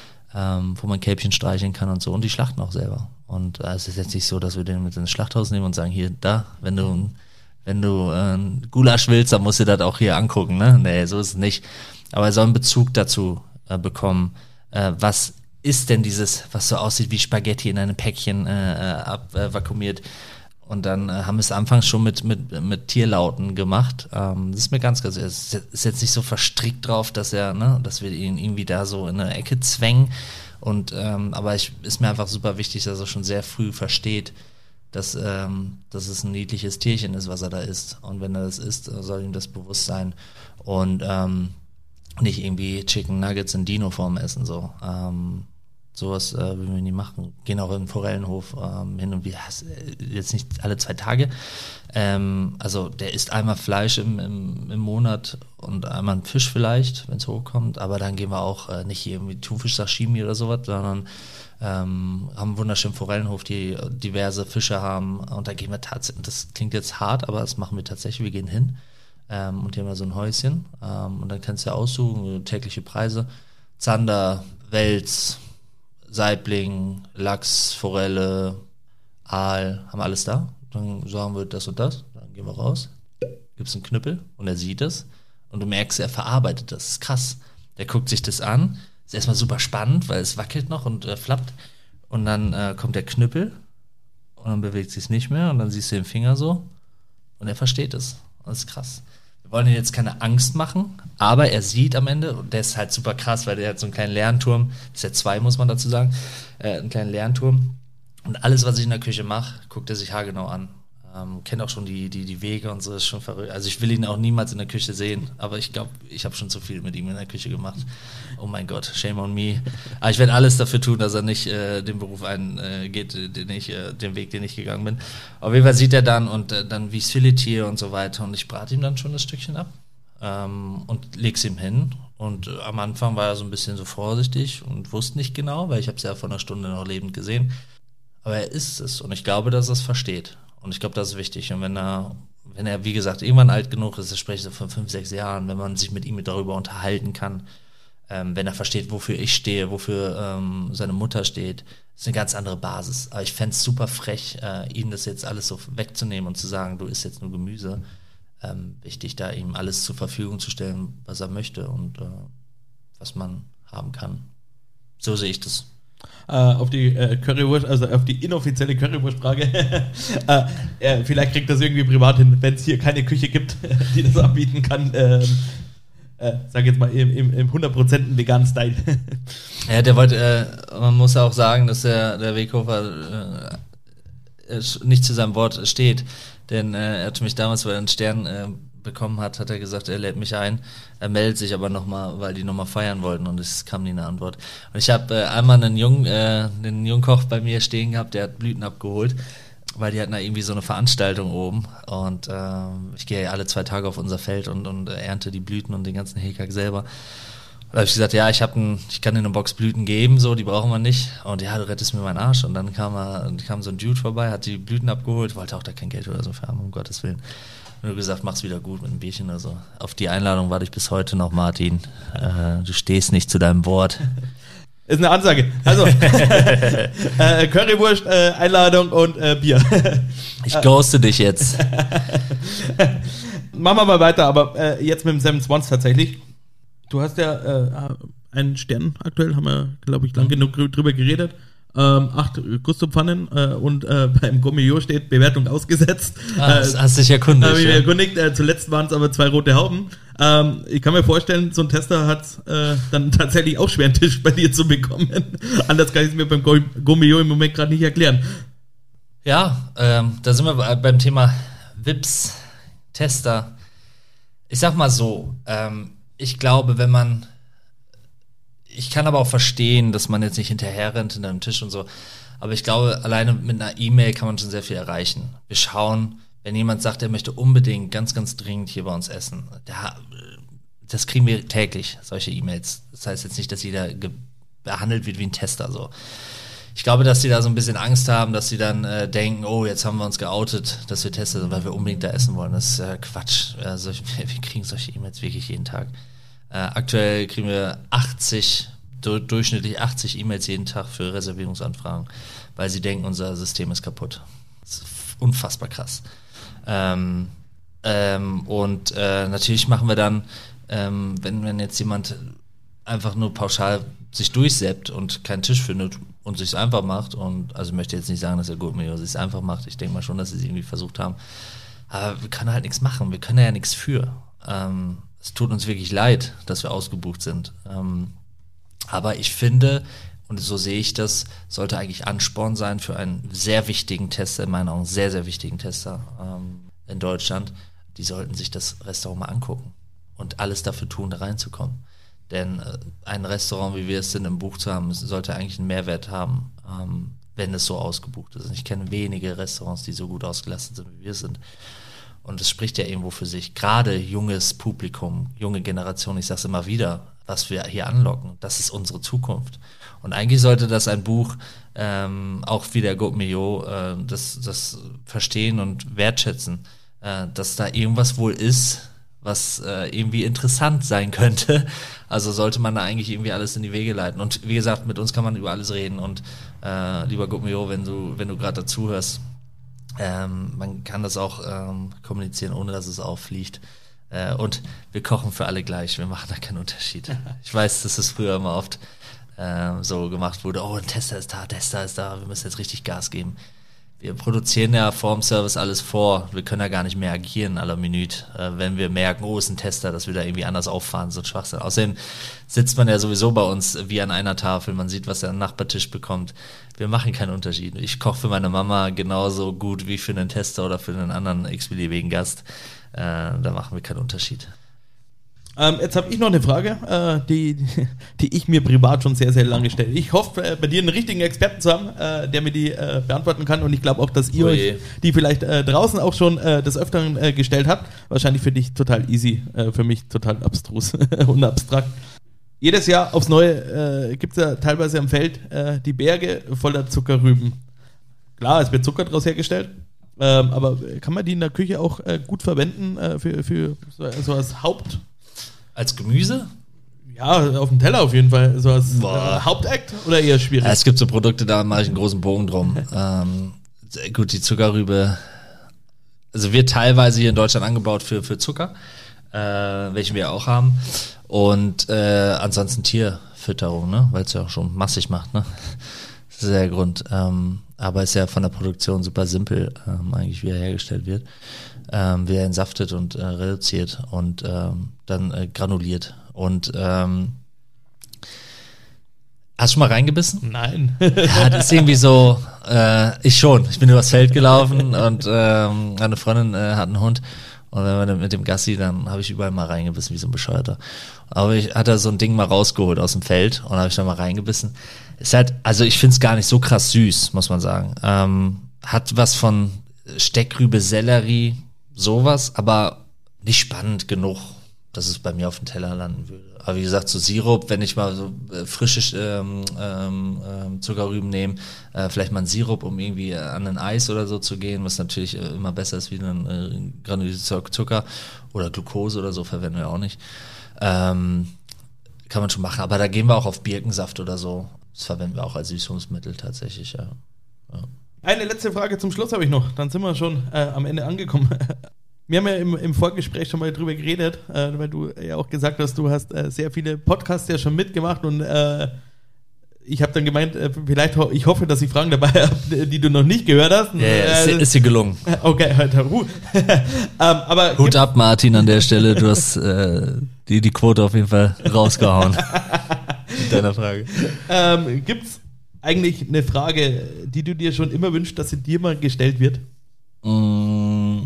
ähm, wo man Kälbchen streicheln kann und so. Und die schlachten auch selber. Und äh, es ist jetzt nicht so, dass wir den mit ins Schlachthaus nehmen und sagen, hier, da, wenn du wenn du äh, Gulasch willst, dann musst du das auch hier angucken, ne? Nee, so ist es nicht. Aber er soll einen Bezug dazu äh, bekommen, äh, was ist denn dieses, was so aussieht wie Spaghetti in einem Päckchen äh, ab, äh, vakuumiert. Und dann äh, haben wir es anfangs schon mit mit mit Tierlauten gemacht. Ähm, das ist mir ganz, ganz, es ist jetzt nicht so verstrickt drauf, dass er, ne, dass wir ihn irgendwie da so in eine Ecke zwängen. Und ähm, aber ich ist mir einfach super wichtig, dass er schon sehr früh versteht, dass ähm, dass es ein niedliches Tierchen ist, was er da isst. Und wenn er das isst, soll ihm das bewusst sein. Und ähm, nicht irgendwie Chicken Nuggets in Dino-Form essen, so. Ähm, sowas äh, würden wir nie machen. Gehen auch in den Forellenhof ähm, hin und wieder, jetzt nicht alle zwei Tage. Ähm, also der isst einmal Fleisch im, im, im Monat und einmal einen Fisch vielleicht, wenn es hochkommt. Aber dann gehen wir auch äh, nicht irgendwie Thunfisch Sashimi oder sowas, sondern ähm, haben einen wunderschönen Forellenhof, die diverse Fische haben. Und da gehen wir tatsächlich, das klingt jetzt hart, aber das machen wir tatsächlich, wir gehen hin ähm, und hier haben wir so ein Häuschen. Ähm, und dann kannst du ja aussuchen, tägliche Preise. Zander, Wels, Saibling, Lachs, Forelle, Aal, haben alles da. Dann sagen wir das und das, dann gehen wir raus, gibt gibst einen Knüppel und er sieht es und du merkst, er verarbeitet das. Das ist krass. Der guckt sich das an, ist erstmal super spannend, weil es wackelt noch und äh, flappt und dann äh, kommt der Knüppel und dann bewegt sich es nicht mehr und dann siehst du den Finger so und er versteht es. Das ist krass. Wir wollen ihm jetzt keine Angst machen, aber er sieht am Ende, und der ist halt super krass, weil der hat so einen kleinen Lernturm, das ist ja zwei, muss man dazu sagen, äh, einen kleinen Lernturm. Und alles, was ich in der Küche mache, guckt er sich haargenau an. Ähm, kennt auch schon die, die, die Wege und so, ist schon verrückt. Also ich will ihn auch niemals in der Küche sehen, aber ich glaube, ich habe schon zu viel mit ihm in der Küche gemacht. Oh mein Gott, shame on me. Aber ich werde alles dafür tun, dass er nicht äh, den Beruf eingeht, äh, den ich, äh, den Weg, den ich gegangen bin. Auf jeden Fall sieht er dann und äh, dann, wie ich es filetiere und so weiter. Und ich brate ihm dann schon das Stückchen ab ähm, und leg's ihm hin. Und äh, am Anfang war er so ein bisschen so vorsichtig und wusste nicht genau, weil ich habe es ja vor einer Stunde noch lebend gesehen. Aber er ist es und ich glaube, dass er es versteht. Und ich glaube, das ist wichtig. Und wenn er, wenn er, wie gesagt, irgendwann alt genug ist, das spreche ich so von fünf, sechs Jahren, wenn man sich mit ihm darüber unterhalten kann, ähm, wenn er versteht, wofür ich stehe, wofür ähm, seine Mutter steht, ist eine ganz andere Basis. Aber ich fände es super frech, äh, ihm das jetzt alles so wegzunehmen und zu sagen, du isst jetzt nur Gemüse. Ähm, wichtig, da ihm alles zur Verfügung zu stellen, was er möchte und äh, was man haben kann. So sehe ich das. Äh, auf die äh, Currywurst, also auf die inoffizielle Currywurstfrage. äh, äh, vielleicht kriegt das irgendwie privat hin, wenn es hier keine Küche gibt, die das anbieten kann. Ähm, äh, sag jetzt mal im, im, im hundert Prozent veganen Style. Ja, der wollte, äh, man muss auch sagen, dass der, der Weghofer äh, nicht zu seinem Wort steht. Denn äh, er hat mich damals, weil er einen Stern äh, bekommen hat, hat er gesagt, er lädt mich ein. Er meldet sich aber nochmal, weil die nochmal feiern wollten und es kam nie eine Antwort. Und ich habe äh, einmal einen Jungen, äh, einen Jungkoch bei mir stehen gehabt, der hat Blüten abgeholt, weil die hatten da irgendwie so eine Veranstaltung oben und äh, ich gehe ja alle zwei Tage auf unser Feld und, und äh, ernte die Blüten und den ganzen Hekak selber. Da habe ich gesagt, ja, ich, hab ein, ich kann dir eine Box Blüten geben, so, die brauchen wir nicht. Und ja, du rettest mir meinen Arsch. Und dann kam, er, kam so ein Dude vorbei, hat die Blüten abgeholt, wollte auch da kein Geld oder so für haben, um Gottes Willen. Und du gesagt, mach's wieder gut mit einem Bierchen oder so. Auf die Einladung warte ich bis heute noch, Martin. Äh, du stehst nicht zu deinem Wort. Ist eine Ansage. Also, äh, Currywurst, äh, Einladung und äh, Bier. Ich ghoste dich jetzt. Machen wir mal weiter, aber äh, jetzt mit dem Seven Swans tatsächlich. Du hast ja äh, einen Stern aktuell, haben wir, glaube ich, lang genug drüber geredet. Ähm, acht Gusto-Pfannen äh, und äh, beim Gourmet steht Bewertung ausgesetzt. Ah, äh, hast dich erkundigt. Habe ich ja. mich erkundigt. Äh, zuletzt waren es aber zwei rote Hauben. Ähm, ich kann mir vorstellen, so ein Tester hat äh, dann tatsächlich auch schwer einen Tisch bei dir zu bekommen. Anders kann ich es mir beim Gourmet im Moment gerade nicht erklären. Ja, ähm, da sind wir beim Thema V I Ps, Tester. Ich sag mal so, ähm, ich glaube, wenn man Ich kann aber auch verstehen, dass man jetzt nicht hinterher rennt hinter einem Tisch und so. Aber ich glaube, alleine mit einer E-Mail kann man schon sehr viel erreichen. Wir schauen, wenn jemand sagt, er möchte unbedingt ganz, ganz dringend hier bei uns essen. Da, das kriegen wir täglich, solche E-Mails. Das heißt jetzt nicht, dass jeder ge- behandelt wird wie ein Tester. So. Ich glaube, dass die da so ein bisschen Angst haben, dass sie dann äh, denken, oh, jetzt haben wir uns geoutet, dass wir Tester sind, weil wir unbedingt da essen wollen. Das ist äh, Quatsch. Ja, solche, wir kriegen solche E-Mails wirklich jeden Tag. Äh, aktuell kriegen wir achtzig, du, durchschnittlich achtzig E-Mails jeden Tag für Reservierungsanfragen, weil sie denken, unser System ist kaputt. Das ist unfassbar krass. Ähm, ähm, und äh, natürlich machen wir dann, ähm, wenn, wenn jetzt jemand einfach nur pauschal sich durchseppt und keinen Tisch findet und sich einfach macht, und also ich möchte jetzt nicht sagen, dass er Gourmet sich einfach macht, ich denke mal schon, dass sie es irgendwie versucht haben, aber wir können halt nichts machen, wir können ja nichts für. Ähm, Es tut uns wirklich leid, dass wir ausgebucht sind. Ähm, aber ich finde, und so sehe ich das, sollte eigentlich Ansporn sein für einen sehr wichtigen Tester, in meinen Augen sehr, sehr wichtigen Tester ähm, in Deutschland. Die sollten sich das Restaurant mal angucken und alles dafür tun, da reinzukommen. Denn äh, ein Restaurant, wie wir es sind, im Buch zu haben, sollte eigentlich einen Mehrwert haben, ähm, wenn es so ausgebucht ist. Ich kenne wenige Restaurants, die so gut ausgelastet sind, wie wir sind. Und es spricht ja irgendwo für sich. Gerade junges Publikum, junge Generation, ich sag's immer wieder, was wir hier anlocken, das ist unsere Zukunft. Und eigentlich sollte das ein Buch, ähm, auch wie der Gourmet, äh, das, das verstehen und wertschätzen, äh, dass da irgendwas wohl ist, was äh, irgendwie interessant sein könnte. Also sollte man da eigentlich irgendwie alles in die Wege leiten. Und wie gesagt, mit uns kann man über alles reden. Und äh, lieber Gourmet, wenn du, wenn du gerade dazu hörst, Ähm, man kann das auch ähm, kommunizieren, ohne dass es auffliegt. Äh, und wir kochen für alle gleich, wir machen da keinen Unterschied. Ich weiß, dass es früher immer oft äh, so gemacht wurde, oh, ein Tester ist da, Tester ist da, wir müssen jetzt richtig Gas geben. Wir produzieren ja vor dem Service alles vor. Wir können ja gar nicht mehr agieren à la Minute, äh, wenn wir merken, oh, ist ein Tester, dass wir da irgendwie anders auffahren, so ein Schwachsinn. Außerdem sitzt man ja sowieso bei uns wie an einer Tafel. Man sieht, was er am Nachbartisch bekommt. Wir machen keinen Unterschied. Ich koche für meine Mama genauso gut wie für einen Tester oder für einen anderen x-beliebigen Gast. Äh, da machen wir keinen Unterschied. Ähm, jetzt habe ich noch eine Frage, äh, die, die ich mir privat schon sehr, sehr lange stelle. Ich hoffe, äh, bei dir einen richtigen Experten zu haben, äh, der mir die äh, beantworten kann. Und ich glaube auch, dass ihr Oje. euch die vielleicht äh, draußen auch schon äh, des Öfteren äh, gestellt habt. Wahrscheinlich für dich total easy, äh, für mich total abstrus und abstrakt. Jedes Jahr aufs Neue äh, gibt es ja teilweise am Feld äh, die Berge voller Zuckerrüben. Klar, es wird Zucker draus hergestellt. Ähm, aber kann man die in der Küche auch äh, gut verwenden äh, für, für so, so als Haupt... Als Gemüse? Ja, auf dem Teller auf jeden Fall. So als äh, Hauptakt oder eher schwierig? Ja, es gibt so Produkte, da mache ich einen großen Bogen drum. ähm, gut, die Zuckerrübe, also wird teilweise hier in Deutschland angebaut für, für Zucker, äh, welchen wir auch haben. Und äh, ansonsten Tierfütterung, ne? Weil es ja auch schon massig macht, ne? Das ist ja der Grund. Ähm, aber ist ja von der Produktion super simpel, ähm, eigentlich wie er hergestellt wird. Ähm, wie er entsaftet und äh, reduziert und ähm, dann äh, granuliert. Und ähm, hast du schon mal reingebissen? Nein. Ja, das ist irgendwie so, äh, ich schon. Ich bin übers Feld gelaufen und ähm, eine Freundin äh, hat einen Hund. Und wenn wir mit dem Gassi, dann habe ich überall mal reingebissen, wie so ein Bescheuerter. Aber ich hatte so ein Ding mal rausgeholt aus dem Feld und habe ich da mal reingebissen. Ist halt, also ich finde es gar nicht so krass süß, muss man sagen. Ähm, hat was von Steckrübe, Sellerie, sowas, aber nicht spannend genug, dass es bei mir auf dem Teller landen würde. Aber wie gesagt, so Sirup, wenn ich mal so äh, frische ähm, ähm, Zuckerrüben nehme, äh, vielleicht mal einen Sirup, um irgendwie an ein Eis oder so zu gehen, was natürlich äh, immer besser ist wie ein äh, granulierter Zucker oder Glucose oder so, verwenden wir auch nicht. Ähm, kann man schon machen, aber da gehen wir auch auf Birkensaft oder so. Das verwenden wir auch als Süßungsmittel tatsächlich, ja. Ja. Eine letzte Frage zum Schluss habe ich noch. Dann sind wir schon äh, am Ende angekommen. Wir haben ja im, im Vorgespräch schon mal drüber geredet, äh, weil du ja auch gesagt hast, du hast äh, sehr viele Podcasts ja schon mitgemacht und äh, ich habe dann gemeint, äh, vielleicht, ho- ich hoffe, dass ich Fragen dabei habe, die du noch nicht gehört hast. Ja, ja, ist, äh, ist dir gelungen. Okay, heute. Uh. ähm, aber Hut ab, Martin, an der Stelle. Du hast äh, die, die Quote auf jeden Fall rausgehauen. Mit deiner Frage. Ähm, gibt's eigentlich eine Frage, die du dir schon immer wünschst, dass sie dir mal gestellt wird? Mm,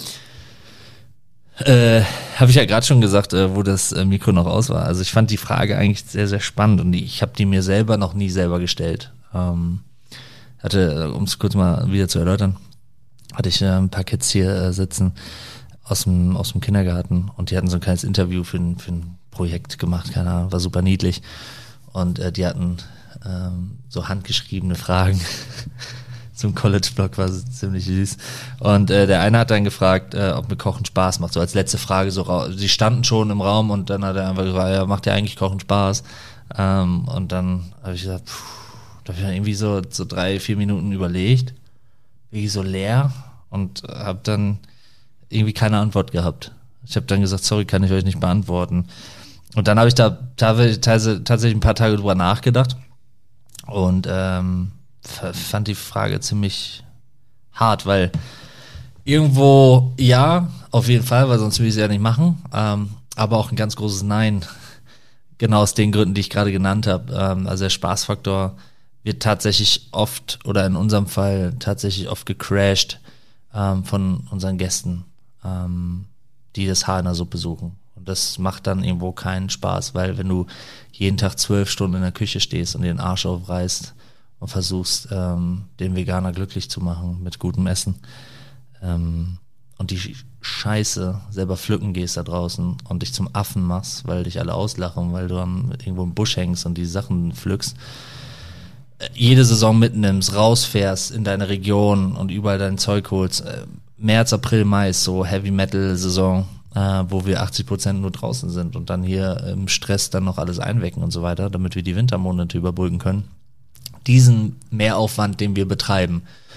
äh, habe ich ja gerade schon gesagt, äh, wo das äh, Mikro noch aus war. Also ich fand die Frage eigentlich sehr, sehr spannend und die, ich habe die mir selber noch nie selber gestellt. Ähm, hatte, um es kurz mal wieder zu erläutern, hatte ich äh, ein paar Kids hier äh, sitzen aus dem, aus dem Kindergarten und die hatten so ein kleines Interview für ein, für ein Projekt gemacht, keine Ahnung, war super niedlich. Und äh, die hatten ähm, so handgeschriebene Fragen zum College-Blog, war ziemlich süß. Und äh, der eine hat dann gefragt, äh, ob mir Kochen Spaß macht, so als letzte Frage. So ra- Sie standen schon im Raum und dann hat er einfach gefragt, ja, macht dir eigentlich Kochen Spaß? Ähm, und dann habe ich gesagt, pff, da habe ich dann irgendwie so, so drei, vier Minuten überlegt, irgendwie so leer und habe dann irgendwie keine Antwort gehabt. Ich habe dann gesagt, sorry, kann ich euch nicht beantworten. Und dann habe ich da tatsächlich ein paar Tage drüber nachgedacht und ähm, fand die Frage ziemlich hart, weil irgendwo ja, auf jeden Fall, weil sonst würde ich es ja nicht machen, ähm, aber auch ein ganz großes Nein, genau aus den Gründen, die ich gerade genannt habe. Ähm, also der Spaßfaktor wird tatsächlich oft oder in unserem Fall tatsächlich oft gecrashed ähm, von unseren Gästen, ähm, die das Haar in der Suppe suchen. Und das macht dann irgendwo keinen Spaß, weil wenn du jeden Tag zwölf Stunden in der Küche stehst und den Arsch aufreißt und versuchst, ähm, den Veganer glücklich zu machen mit gutem Essen ähm, und die Scheiße selber pflücken gehst da draußen und dich zum Affen machst, weil dich alle auslachen, weil du am, irgendwo im Busch hängst und die Sachen pflückst, äh, jede Saison mitnimmst, rausfährst in deine Region und überall dein Zeug holst, äh, März, April, Mai ist so Heavy-Metal-Saison, äh, wo wir achtzig Prozent nur draußen sind und dann hier im Stress dann noch alles einwecken und so weiter, damit wir die Wintermonate überbrücken können. Diesen Mehraufwand, den wir betreiben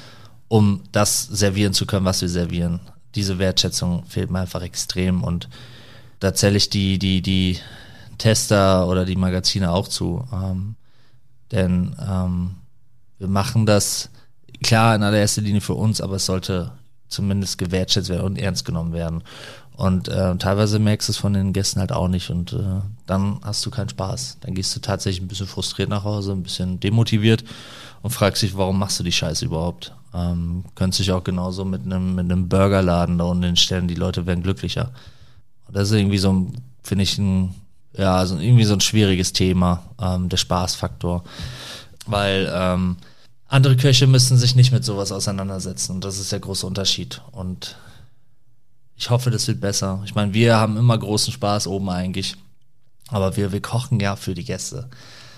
um das servieren zu können, was wir servieren. Diese Wertschätzung fehlt mir einfach extrem und da zähle ich die, die, die Tester oder die Magazine auch zu. Ähm, denn ähm, wir machen das klar in allererster Linie für uns, aber es sollte zumindest gewertschätzt werden und ernst genommen werden. Und äh, teilweise merkst du es von den Gästen halt auch nicht und äh, dann hast du keinen Spaß. Dann gehst du tatsächlich ein bisschen frustriert nach Hause, ein bisschen demotiviert und fragst dich, warum machst du die Scheiße überhaupt? Ähm, könntest dich auch genauso mit einem mit einem Burgerladen da unten hinstellen, die Leute werden glücklicher. Und das ist irgendwie so ein, finde ich, ein, ja, so irgendwie so ein schwieriges Thema, ähm, der Spaßfaktor. Weil ähm, andere Köche müssen sich nicht mit sowas auseinandersetzen und das ist der große Unterschied. Und ich hoffe, das wird besser. Ich meine, wir haben immer großen Spaß oben eigentlich, aber wir, wir kochen ja für die Gäste.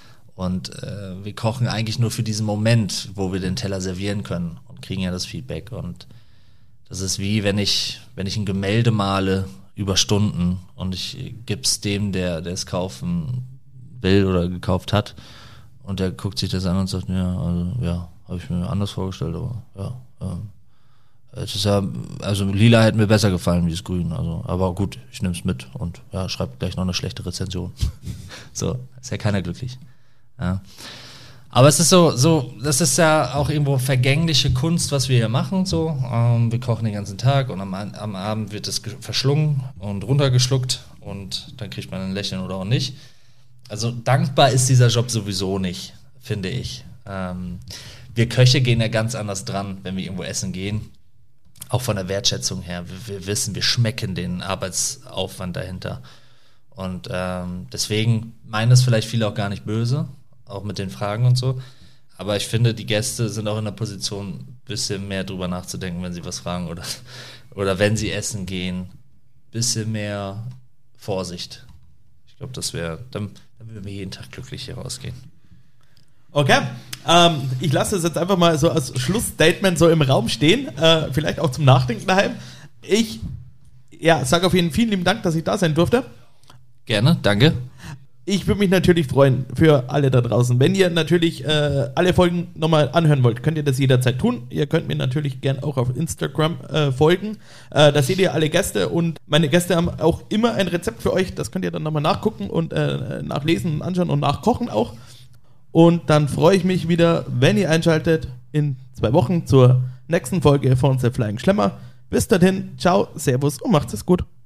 Und äh, wir kochen eigentlich nur für diesen Moment, wo wir den Teller servieren können und kriegen ja das Feedback. Und das ist wie, wenn ich, wenn ich ein Gemälde male über Stunden und ich gib's dem, der, der es kaufen will oder gekauft hat, und der guckt sich das an und sagt, ja, also, ja, habe ich mir anders vorgestellt, aber ja, ähm, es ist ja, also lila hätte mir besser gefallen wie das Grün, also, aber gut, ich nehme es mit und ja, schreibe gleich noch eine schlechte Rezension. So, ist ja keiner glücklich. Ja. Aber es ist so, so, das ist ja auch irgendwo vergängliche Kunst, was wir hier machen, so. Ähm, wir kochen den ganzen Tag und am, am Abend wird es verschlungen und runtergeschluckt und dann kriegt man ein Lächeln oder auch nicht. Also dankbar ist dieser Job sowieso nicht, finde ich. Ähm, wir Köche gehen ja ganz anders dran, wenn wir irgendwo essen gehen. Auch von der Wertschätzung her. Wir, wir wissen, wir schmecken den Arbeitsaufwand dahinter. Und ähm, deswegen meinen es vielleicht viele auch gar nicht böse, auch mit den Fragen und so. Aber ich finde, die Gäste sind auch in der Position, ein bisschen mehr drüber nachzudenken, wenn sie was fragen oder, oder wenn sie essen gehen. Ein bisschen mehr Vorsicht. Ich glaube, das wäre, dann, dann würden wir jeden Tag glücklich hier rausgehen. Okay, ähm, ich lasse es jetzt einfach mal so als Schlussstatement so im Raum stehen, äh, vielleicht auch zum Nachdenken daheim. Ich ja, sage auf jeden Fall vielen lieben Dank, dass ich da sein durfte. Gerne, danke. Ich würde mich natürlich freuen für alle da draußen. Wenn ihr natürlich äh, alle Folgen nochmal anhören wollt, könnt ihr das jederzeit tun. Ihr könnt mir natürlich gern auch auf Instagram äh, folgen. Äh, da seht ihr alle Gäste und meine Gäste haben auch immer ein Rezept für euch. Das könnt ihr dann nochmal nachgucken und äh, nachlesen und anschauen und nachkochen auch. Und dann freue ich mich wieder, wenn ihr einschaltet in zwei Wochen zur nächsten Folge von The Flying Schlemmer. Bis dahin, ciao, servus und macht's es gut.